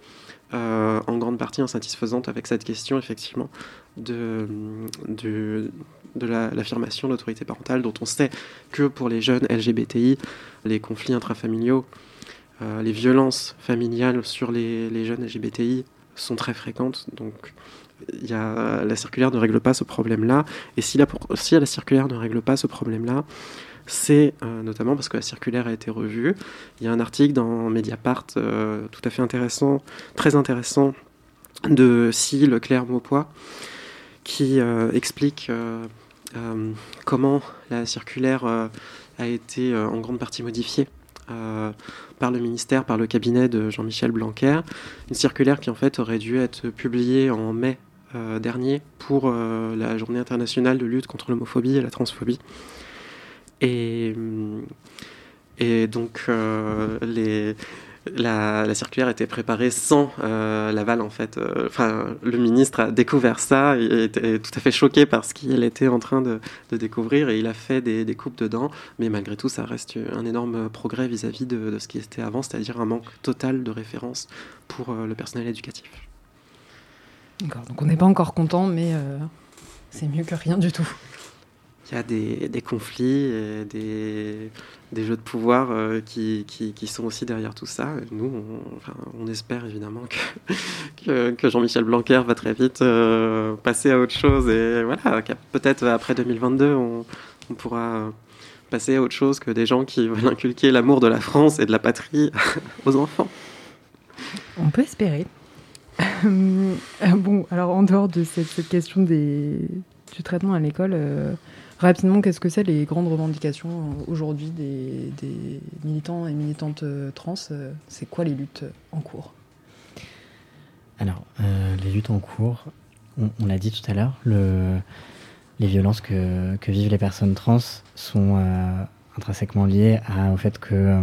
euh, en grande partie insatisfaisante avec cette question, effectivement, de, de, de la, l'affirmation de l'autorité parentale, dont on sait que pour les jeunes L G B T I, les conflits intrafamiliaux, euh, les violences familiales sur les, les jeunes L G B T I sont très fréquentes. Donc, y a, la circulaire ne règle pas ce problème-là. Et si la, si la circulaire ne règle pas ce problème-là, c'est euh, notamment parce que la circulaire a été revue. Il y a un article dans Mediapart euh, tout à fait intéressant, très intéressant, de Cy Leclerc-Maupoy, qui euh, explique euh, euh, comment la circulaire euh, a été euh, en grande partie modifiée euh, par le ministère, par le cabinet de Jean-Michel Blanquer. Une circulaire qui en fait aurait dû être publiée en mai euh, dernier pour euh, la Journée internationale de lutte contre l'homophobie et la transphobie. Et, et donc euh, les, la, la circulaire a été préparée sans euh, l'aval en fait. Enfin, euh, le ministre a découvert ça, il était tout à fait choqué par ce qu'il était en train de, de découvrir et il a fait des, des coupes dedans. Mais malgré tout, ça reste un énorme progrès vis-à-vis de, de ce qui était avant, c'est-à-dire un manque total de références pour euh, le personnel éducatif. D'accord, donc on n'est pas encore content, mais euh, c'est mieux que rien du tout. Il y a des, des conflits et des, des jeux de pouvoir euh, qui, qui, qui sont aussi derrière tout ça. Et nous, on, enfin, on espère évidemment que, que, que Jean-Michel Blanquer va très vite euh, passer à autre chose. Et voilà, peut-être après deux mille vingt-deux, on, on pourra passer à autre chose que des gens qui veulent inculquer l'amour de la France et de la patrie aux enfants. On peut espérer. Bon, alors en dehors de cette, cette question des, du traitement à l'école... Euh... Rapidement, qu'est-ce que c'est les grandes revendications aujourd'hui des, des militants et militantes trans ? C'est quoi les luttes en cours ? Alors, euh, les luttes en cours, on, on l'a dit tout à l'heure, le, les violences que, que vivent les personnes trans sont euh, intrinsèquement liées à, au fait que,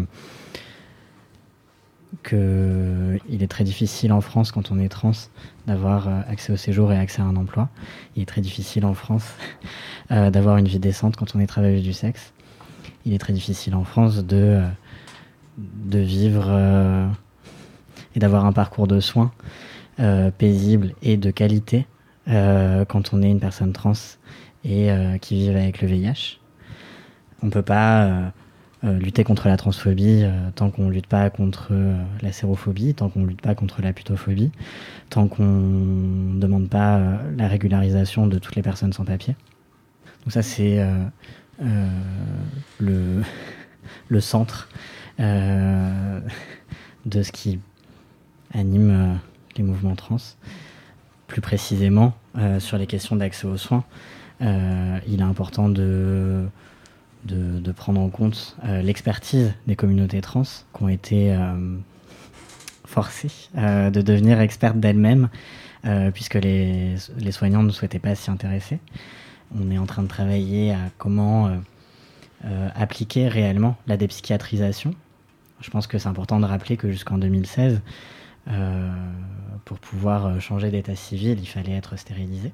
que il est très difficile en France, quand on est trans, d'avoir accès au séjour et accès à un emploi. Il est très difficile en France euh, d'avoir une vie décente quand on est travailleuse du sexe. Il est très difficile en France de, de vivre euh, et d'avoir un parcours de soins euh, paisible et de qualité euh, quand on est une personne trans et euh, qui vit avec le V I H. On ne peut pas euh, euh, lutter contre la transphobie euh, tant qu'on ne lutte pas contre euh, la sérophobie, tant qu'on ne lutte pas contre la putophobie, tant qu'on ne demande pas euh, la régularisation de toutes les personnes sans papier. Donc ça, c'est euh, euh, le, le centre euh, de ce qui anime euh, les mouvements trans. Plus précisément, euh, sur les questions d'accès aux soins, euh, il est important de, de, de prendre en compte euh, l'expertise des communautés trans qui ont été euh, forcées euh, de devenir expertes d'elles-mêmes, euh, puisque les, les soignants ne souhaitaient pas s'y intéresser. On est en train de travailler à comment euh, euh, appliquer réellement la dépsychiatrisation. Je pense que c'est important de rappeler que jusqu'en deux mille seize, euh, pour pouvoir changer d'état civil, il fallait être stérilisé.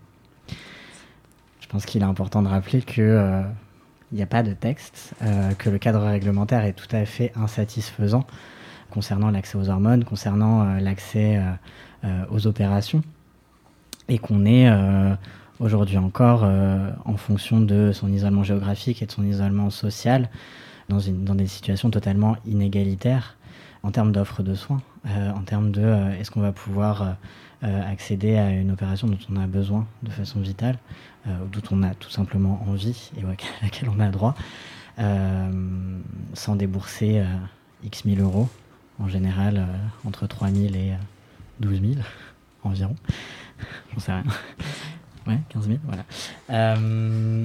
Je pense qu'il est important de rappeler qu'il euh, n'y a pas de texte, euh, que le cadre réglementaire est tout à fait insatisfaisant concernant l'accès aux hormones, concernant euh, l'accès euh, euh, aux opérations, et qu'on est euh, aujourd'hui encore, euh, en fonction de son isolement géographique et de son isolement social, dans, une, dans des situations totalement inégalitaires en termes d'offres de soins, euh, en termes de euh, est-ce qu'on va pouvoir euh, euh, accéder à une opération dont on a besoin de façon vitale, euh, dont on a tout simplement envie et à laquelle on a droit, euh, sans débourser euh, X mille euros, en général euh, entre trois mille et douze mille environ, j'en sais rien. Ouais, quinze mille, voilà. Euh...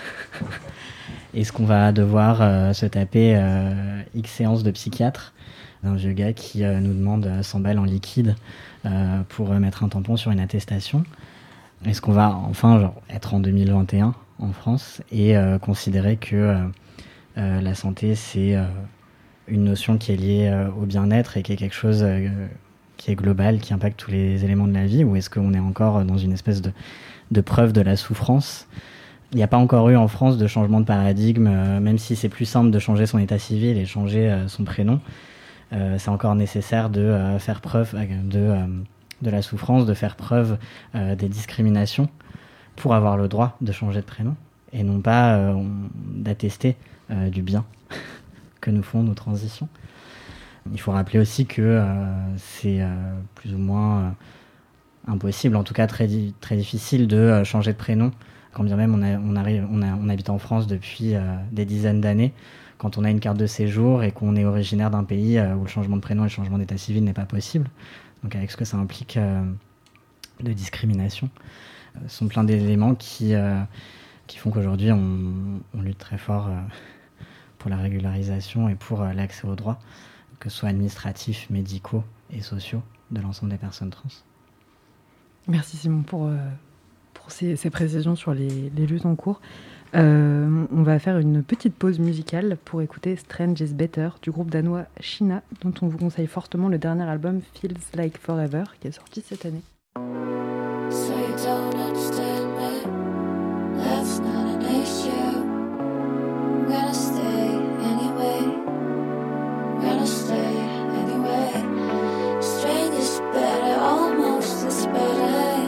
Est-ce qu'on va devoir euh, se taper euh, X séances de psychiatre d'un vieux gars qui euh, nous demande cent balles en liquide euh, pour euh, mettre un tampon sur une attestation ? Est-ce qu'on va enfin genre, être en deux mille vingt et un en France et euh, considérer que euh, euh, la santé, c'est euh, une notion qui est liée euh, au bien-être et qui est quelque chose euh, qui est global, qui impacte tous les éléments de la vie ? Ou est-ce qu'on est encore dans une espèce de, de preuve de la souffrance ? Il n'y a pas encore eu en France de changement de paradigme, euh, même si c'est plus simple de changer son état civil et changer euh, son prénom. Euh, c'est encore nécessaire de euh, faire preuve de, euh, de la souffrance, de faire preuve euh, des discriminations pour avoir le droit de changer de prénom et non pas euh, on, d'attester euh, du bien que nous font nos transitions. Il faut rappeler aussi que euh, c'est euh, plus ou moins euh, impossible, en tout cas très, très difficile de euh, changer de prénom, quand bien même on, a, on, arrive, on, a, on habite en France depuis euh, des dizaines d'années, quand on a une carte de séjour et qu'on est originaire d'un pays euh, où le changement de prénom et le changement d'état civil n'est pas possible. Donc avec ce que ça implique euh, de discrimination, euh, ce sont plein d'éléments qui, euh, qui font qu'aujourd'hui on, on lutte très fort euh, pour la régularisation et pour euh, l'accès aux droits, que ce soit administratifs, médicaux et sociaux de l'ensemble des personnes trans. Merci Simon pour, euh, pour ces, ces précisions sur les, les luttes en cours. Euh, on va faire une petite pause musicale pour écouter Strange is Better du groupe danois China, dont on vous conseille fortement le dernier album Feels Like Forever qui est sorti cette année. So you don't understand me, that's not an issue. I'm gonna stay anyway, I'm gonna stay anyway. Strange is better, almost is better.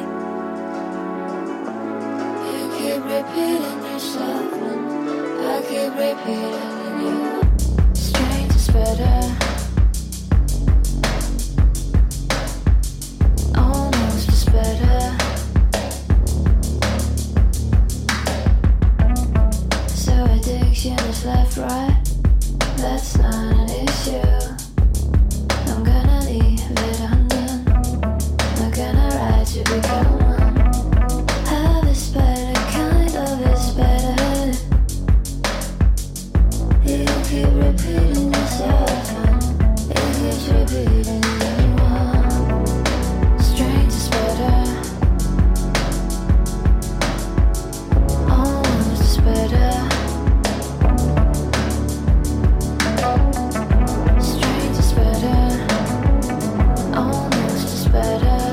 You keep repeating yourself and I keep repeating you. Strange is better, almost is better. So addiction is left, right, that's not an issue. I'm gonna leave it undone, I'm gonna ride to become one. Have is better, kind of is better. You keep repeating yourself and it keeps repeating you. Strange is better, almost is better. Strange is better, almost is better.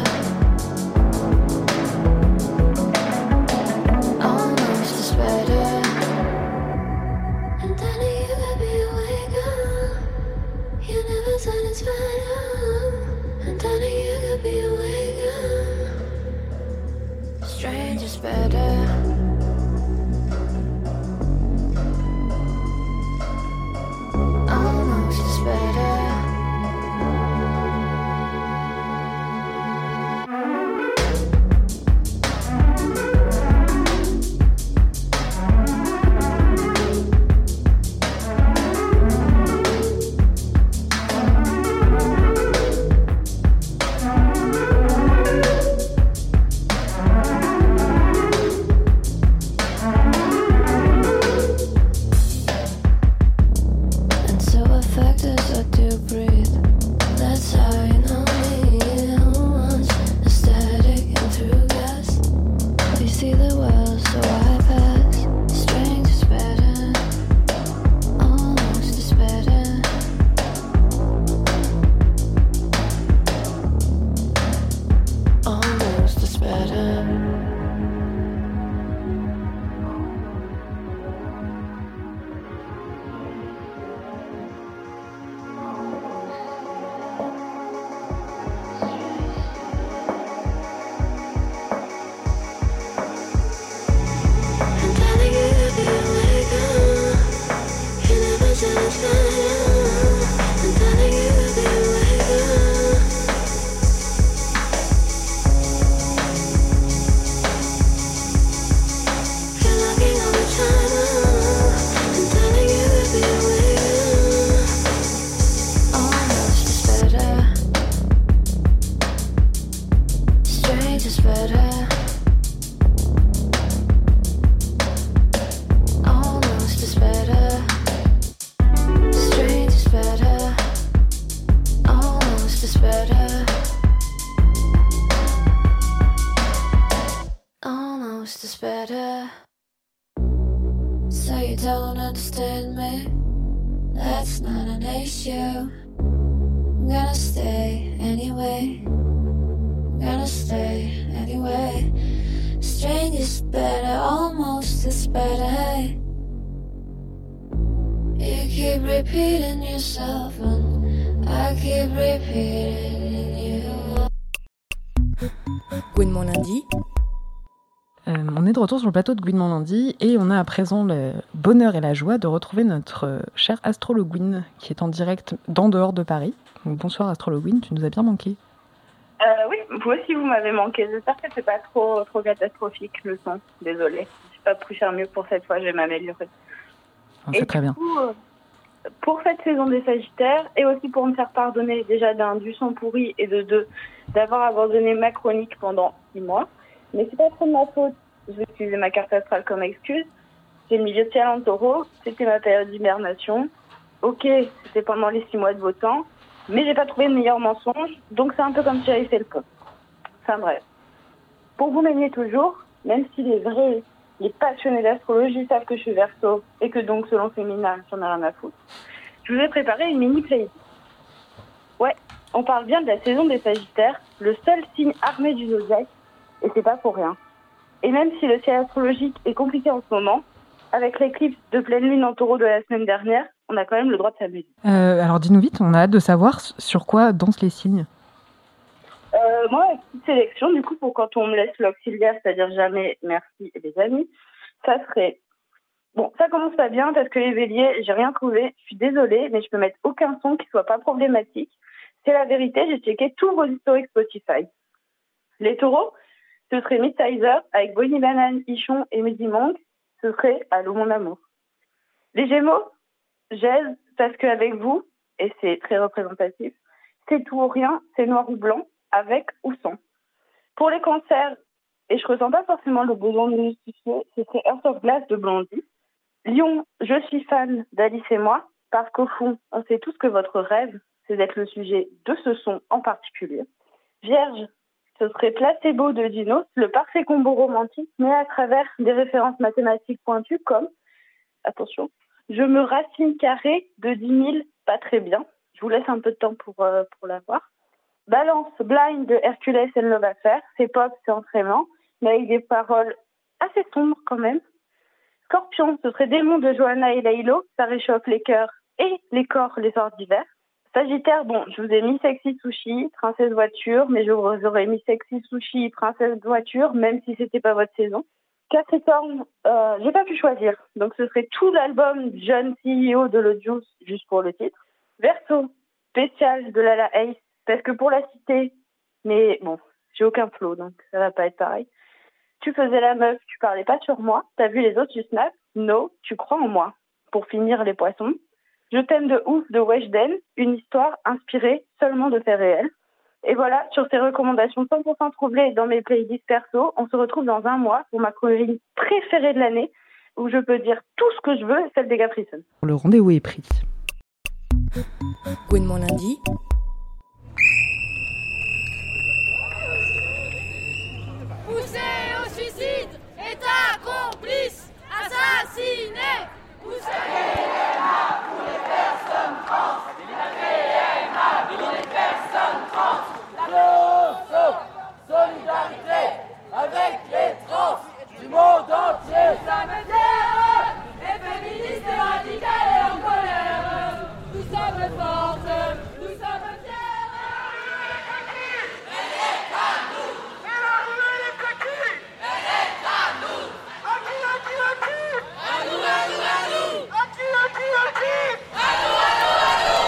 Almost is better. And then you could be awake, oh. You never said it's better. And then you could be awake, oh. Strange is better. Almost is better. And so affected I do breathe. That's how you know me. Once aesthetic and through gas. We see the world so I pass. Strange is better. Almost is better. Almost is better. And then you could be awake, oh. You never said it's better. And then you could be awake, oh. You're looking all the time, oh. And then you could be awake, oh. Almost is better. Strange is better. Almost is better. Strange is better. Almost is better. Almost is better. So you don't understand me, that's not an issue. I'm gonna stay anyway, I'm gonna stay anyway. Strange is better, almost is better. You keep repeating yourself and I keep repeating you. Gouinement lundi. Euh, on est de retour sur le plateau de Gouinement lundi et on a à présent le bonheur et la joie de retrouver notre euh, cher Astrologouine qui est en direct d'en dehors de Paris. Donc, bonsoir Astrologouine, tu nous as bien manqué. Euh, oui, vous aussi vous m'avez manqué. J'espère que c'est pas trop, trop catastrophique le son. Désolée. Je vais pas pu faire mieux pour cette fois, je vais m'améliorer. Ah, c'est et très du bien. coup, euh, pour cette saison des Sagittaires et aussi pour me faire pardonner déjà d'un du son pourri et de deux d'avoir abandonné ma chronique pendant six mois. Mais c'est pas trop de ma faute. Je vais utiliser ma carte astrale comme excuse. J'ai le milieu de ciel en taureau. C'était ma période d'hibernation. Ok, c'était pendant les six mois de beau temps. Mais j'ai pas trouvé de meilleur mensonge. Donc c'est un peu comme si j'avais fait le con. Enfin bref. Pour vous m'aimer toujours, même si les vrais, les passionnés d'astrologie savent que je suis Verseau et que donc selon féminin, j'en ai rien à foutre, je vous ai préparé une mini playlist. Ouais, on parle bien de la saison des Sagittaires, le seul signe armé du zodiaque. Et c'est pas pour rien. Et même si le ciel astrologique est compliqué en ce moment, avec l'éclipse de pleine lune en taureau de la semaine dernière, on a quand même le droit de s'amuser. Euh, alors dis-nous vite, on a hâte de savoir sur quoi dansent les signes. Euh, moi, la petite sélection, du coup, pour quand on me laisse l'auxiliaire, c'est-à-dire jamais, merci et les amis, ça serait... Bon, ça commence pas bien parce que les béliers, j'ai rien trouvé, je suis désolée, mais je peux mettre aucun son qui soit pas problématique. C'est la vérité, j'ai checké tous vos historiques Spotify. Les taureaux, ce serait Midsizer avec Bonnie Banane, Ichon et Mehdi Monk. Ce serait Allô mon amour. Les Gémeaux, j'aise parce qu'avec vous, et c'est très représentatif, c'est tout ou rien, c'est noir ou blanc, avec ou sans. Pour les cancers, et je ressens pas forcément le besoin de justifier, ce serait Earth of Glass de Blondie. Lion, je suis fan d'Alice et moi, parce qu'au fond, on sait tous que votre rêve, c'est d'être le sujet de ce son en particulier. Vierge, ce serait Placebo de Dinos, le parfait combo romantique, mais à travers des références mathématiques pointues comme, attention, je me racine carré de dix mille, pas très bien. Je vous laisse un peu de temps pour, euh, pour la voir. Balance, Blind de Hercules and Love Affair, c'est pop, c'est entraînant, mais avec des paroles assez sombres quand même. Scorpion, ce serait Démon de Johanna et Laylo, ça réchauffe les cœurs et les corps les soirs d'hiver. Sagittaire, bon, je vous ai mis Sexy Sushi, Princesse Voiture, mais je vous aurais mis Sexy Sushi, Princesse Voiture, même si c'était pas votre saison. Capricorne, euh, j'ai pas pu choisir, donc ce serait tout l'album John C E O de Le Juice, juste pour le titre. Verseau, spécial de Lala Ace, parce que pour la citer, mais bon, j'ai aucun flow, donc ça va pas être pareil. Tu faisais la meuf, tu parlais pas sur moi, t'as vu les autres du Snap? No, tu crois en moi. Pour finir, les poissons. Je t'aime de ouf de Weshden, une histoire inspirée seulement de faits réels. Et voilà, sur ces recommandations cent pour cent troublées dans mes playlists perso, on se retrouve dans un mois pour ma chronique préférée de l'année, où je peux dire tout ce que je veux, celle des Capricons. Le rendez-vous est pris. Gouinement lundi. Poussé au suicide, État complice, assassiné. Poussé pour les personnes trans, la P M A pour les personnes trans. La solidarité avec les trans du monde entier. Ça me terre, les féministes et radicales et en colère. Nous sommes fortes, nous sommes fiers. Elle est à nous. Elle a roulé les coquilles. Elle est à nous. À qui, à qui, à qui? À nous, à nous, à nous. À qui, à qui, à qui? À nous, à nous, à nous.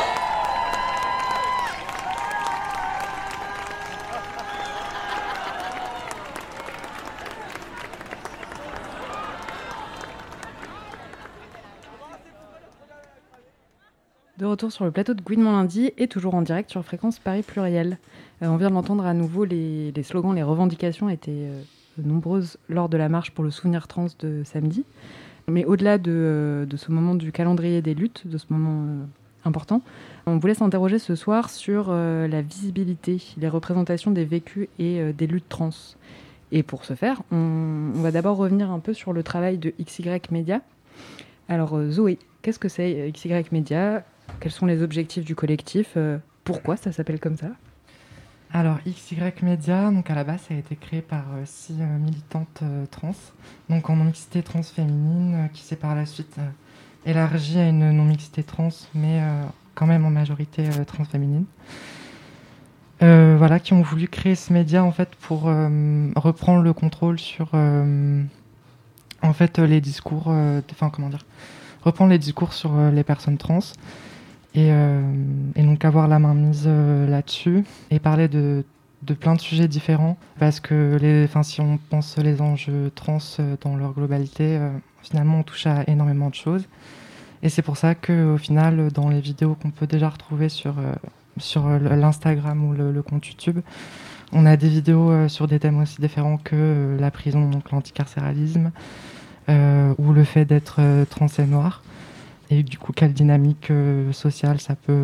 De retour sur le plateau de Gouinement lundi et toujours en direct sur Fréquence Paris Pluriel. Euh, on vient de l'entendre à nouveau, les, les slogans, les revendications étaient euh, nombreuses lors de la marche pour le souvenir trans de samedi. Mais au-delà de, euh, de ce moment du calendrier des luttes, de ce moment euh, important, on voulait s'interroger ce soir sur euh, la visibilité, les représentations des vécus et euh, des luttes trans. Et pour ce faire, on, on va d'abord revenir un peu sur le travail de X Y Media. Alors euh, Zoé, qu'est-ce que c'est X Y Media ? Quels sont les objectifs du collectif ? euh, Pourquoi ça s'appelle comme ça ? Alors, X Y Media, donc à la base, ça a été créé par euh, six euh, militantes euh, trans, donc en non-mixité trans féminine, euh, qui s'est par la suite euh, élargie à une non-mixité trans, mais euh, quand même en majorité euh, trans féminine. euh, voilà, qui ont voulu créer ce média en fait pour euh, reprendre le contrôle sur euh, en fait les discours, euh, enfin comment dire, reprendre les discours sur euh, les personnes trans et, euh, et donc avoir la main mise euh, là-dessus et parler de de plein de sujets différents parce que les, enfin si on pense les enjeux trans euh, dans leur globalité, euh, finalement on touche à énormément de choses et c'est pour ça que au final dans les vidéos qu'on peut déjà retrouver sur euh, sur l'Instagram ou le, le compte YouTube, on a des vidéos euh, sur des thèmes aussi différents que euh, la prison, donc l'anticarcéralisme, euh, ou le fait d'être euh, trans et noir, et du coup quelle dynamique euh, sociale ça peut,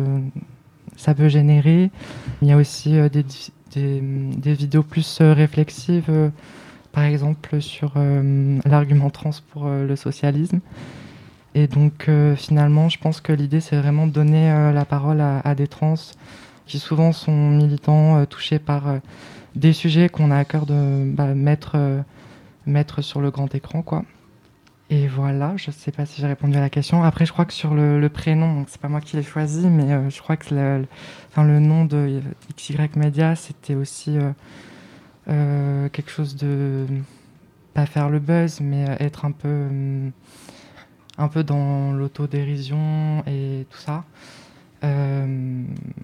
ça peut générer. Il y a aussi euh, des, des, des vidéos plus euh, réflexives, euh, par exemple sur euh, l'argument trans pour euh, le socialisme. Et donc euh, finalement, je pense que l'idée, c'est vraiment de donner euh, la parole à, à des trans qui souvent sont militants, euh, touchés par euh, des sujets qu'on a à cœur de bah, mettre, euh, mettre sur le grand écran, quoi. Et voilà, je ne sais pas si j'ai répondu à la question. Après, je crois que sur le, le prénom, donc c'est pas moi qui l'ai choisi, mais euh, je crois que le, le, enfin, le nom de X Y Media, c'était aussi euh, euh, quelque chose de... pas faire le buzz, mais euh, être un peu... Euh, un peu dans l'autodérision et tout ça. Euh,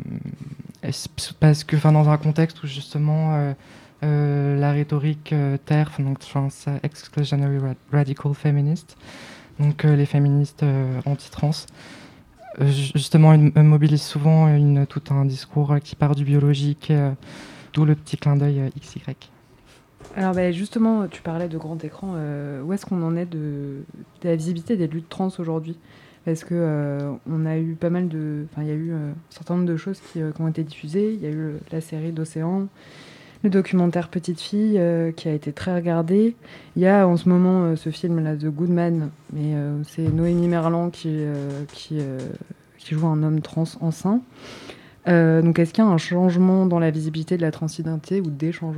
parce que dans un contexte où justement euh, euh, la rhétorique euh, T E R F, donc Trans Exclusionary Radical Feminist, donc euh, les féministes euh, anti-trans, euh, justement une, euh, mobilise souvent une, tout un discours qui part du biologique, euh, d'où le petit clin d'œil euh, X Y. Alors bah, justement, tu parlais de grand écran. Euh, où est-ce qu'on en est de, de la visibilité des luttes trans aujourd'hui ? Parce que euh, on a eu pas mal de, enfin il y a eu euh, un certain nombre de choses qui, euh, qui ont été diffusées. Il y a eu la série d'Océan, le documentaire Petite fille euh, qui a été très regardé. Il y a en ce moment euh, ce film là, The Good Man, mais euh, c'est Noémie Merlan qui euh, qui euh, qui joue un homme trans enceint. Euh, donc est-ce qu'il y a un changement dans la visibilité de la transidentité ou des changements ?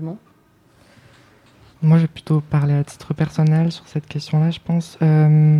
Moi, je vais plutôt parler à titre personnel sur cette question-là, je pense. Euh,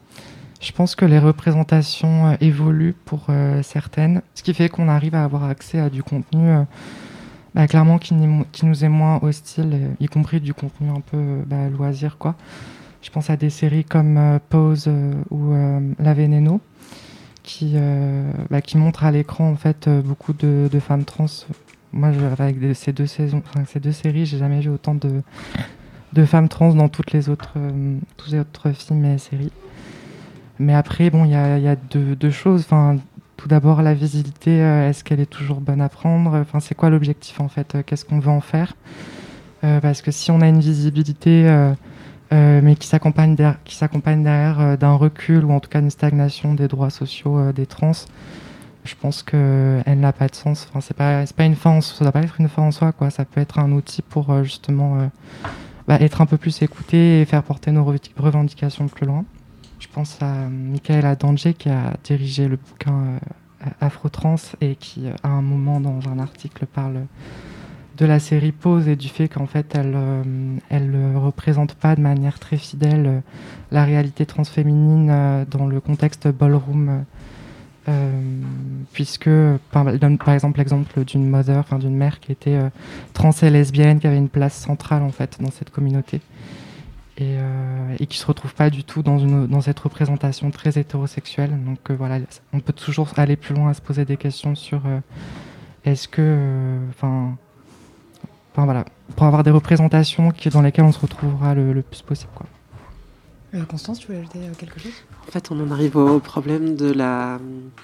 je pense que les représentations euh, évoluent pour euh, certaines, ce qui fait qu'on arrive à avoir accès à du contenu euh, bah, clairement qui, qui nous est moins hostile, euh, y compris du contenu un peu bah, loisir, quoi. Je pense à des séries comme euh, Pose euh, ou euh, La Veneno, qui, euh, bah, qui montrent à l'écran en fait euh, beaucoup de, de femmes trans. Moi, je, avec des, ces deux saisons, enfin, ces deux séries, j'ai jamais vu autant de, de femmes trans dans toutes les autres, euh, tous les autres films et séries. Mais après, bon, il y a, y a deux, deux choses. Enfin, tout d'abord, la visibilité, euh, est-ce qu'elle est toujours bonne à prendre ? Enfin, c'est quoi l'objectif en fait ? Qu'est-ce qu'on veut en faire ? euh, Parce que si on a une visibilité, euh, euh, mais qui s'accompagne derrière, qui s'accompagne derrière euh, d'un recul ou en tout cas une stagnation des droits sociaux euh, des trans, je pense qu'elle n'a pas de sens. Enfin, c'est pas, c'est pas une fin en soi, ça doit pas être une fin en soi, quoi. Ça peut être un outil pour euh, justement euh, bah, être un peu plus écouté et faire porter nos revendications plus loin. Je pense à Michaela Danger qui a dirigé le bouquin euh, Afro-Trans et qui, à un moment dans un article, parle de la série Pose et du fait qu'en fait elle euh, elle euh, représente pas de manière très fidèle euh, la réalité transféminine euh, dans le contexte ballroom. Euh, Euh, puisque, par, elle donne par exemple l'exemple d'une mother, enfin d'une mère qui était euh, trans et lesbienne, qui avait une place centrale en fait dans cette communauté et, euh, et qui se retrouve pas du tout dans, une, dans cette représentation très hétérosexuelle. Donc euh, voilà, on peut toujours aller plus loin à se poser des questions sur euh, est-ce que, enfin, euh, voilà, pour avoir des représentations qui, dans lesquelles on se retrouvera le, le plus possible, quoi. Euh, Constance, tu voulais ajouter euh, quelque chose ? En fait, on en arrive au problème de la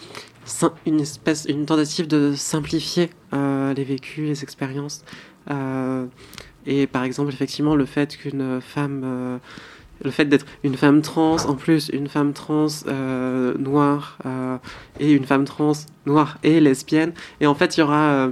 une espèce, une tentative de simplifier euh, les vécus, les expériences. Euh, et par exemple, effectivement, le fait qu'une femme, euh, le fait d'être une femme trans, en plus une femme trans euh, noire euh, et une femme trans noire et lesbienne. Et en fait, il y aura euh,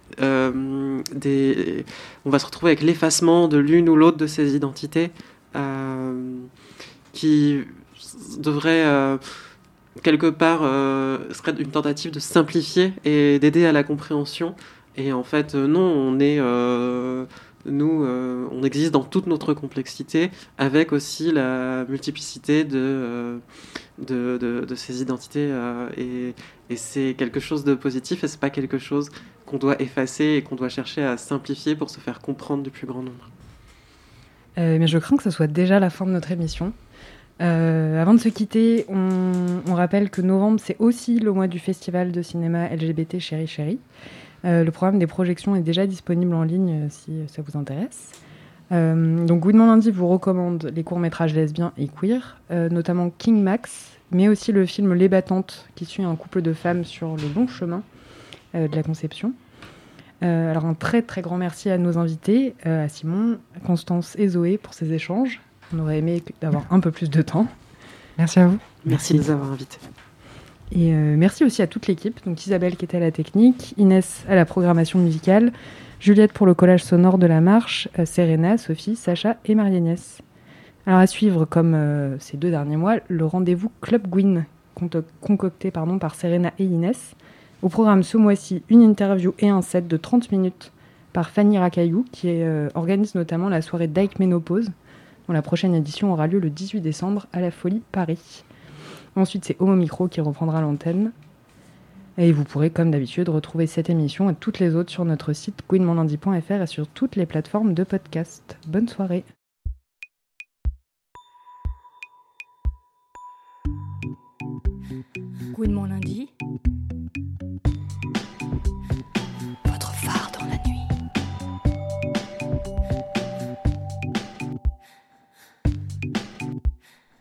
euh, des, on va se retrouver avec l'effacement de l'une ou l'autre de ces identités. Euh, qui devrait euh, quelque part euh, serait une tentative de simplifier et d'aider à la compréhension. Et en fait, euh, non, on est euh, nous, euh, on existe dans toute notre complexité, avec aussi la multiplicité de euh, de, de, de ces identités, euh, et, et c'est quelque chose de positif, et c'est pas quelque chose qu'on doit effacer et qu'on doit chercher à simplifier pour se faire comprendre du plus grand nombre. Euh, mais je crains que ce soit déjà la fin de notre émission. Euh, avant de se quitter, on, on rappelle que novembre, c'est aussi le mois du festival de cinéma L G B T Chéri Chéri. Euh, le programme des projections est déjà disponible en ligne euh, si ça vous intéresse. Euh, donc Gouinement Lundi vous recommande les courts-métrages lesbiens et queer, euh, notamment King Max, mais aussi le film Les Battantes, qui suit un couple de femmes sur le long chemin euh, de la conception. Euh, alors un très très grand merci à nos invités, euh, à Simon, Constance et Zoé pour ces échanges. On aurait aimé avoir un peu plus de temps. Merci à vous. Merci, merci de nous avoir invités. Et euh, merci aussi à toute l'équipe, donc Isabelle qui était à la technique, Inès à la programmation musicale, Juliette pour le collage sonore de la marche, euh, Serena, Sophie, Sacha et Marie-Agnès. Alors à suivre, comme euh, ces deux derniers mois, le rendez-vous Club Gwyn, concocté pardon, par Serena et Inès. Au programme ce mois-ci, une interview et un set de trente minutes par Fanny Racaillou, qui est, euh, organise notamment la soirée Dyke Ménopause, dont la prochaine édition aura lieu le dix-huit décembre à la Folie Paris. Ensuite, c'est Homo Micro qui reprendra l'antenne. Et vous pourrez, comme d'habitude, retrouver cette émission et toutes les autres sur notre site gouinement lundi point f r et sur toutes les plateformes de podcast. Bonne soirée. Gouinement Lundi.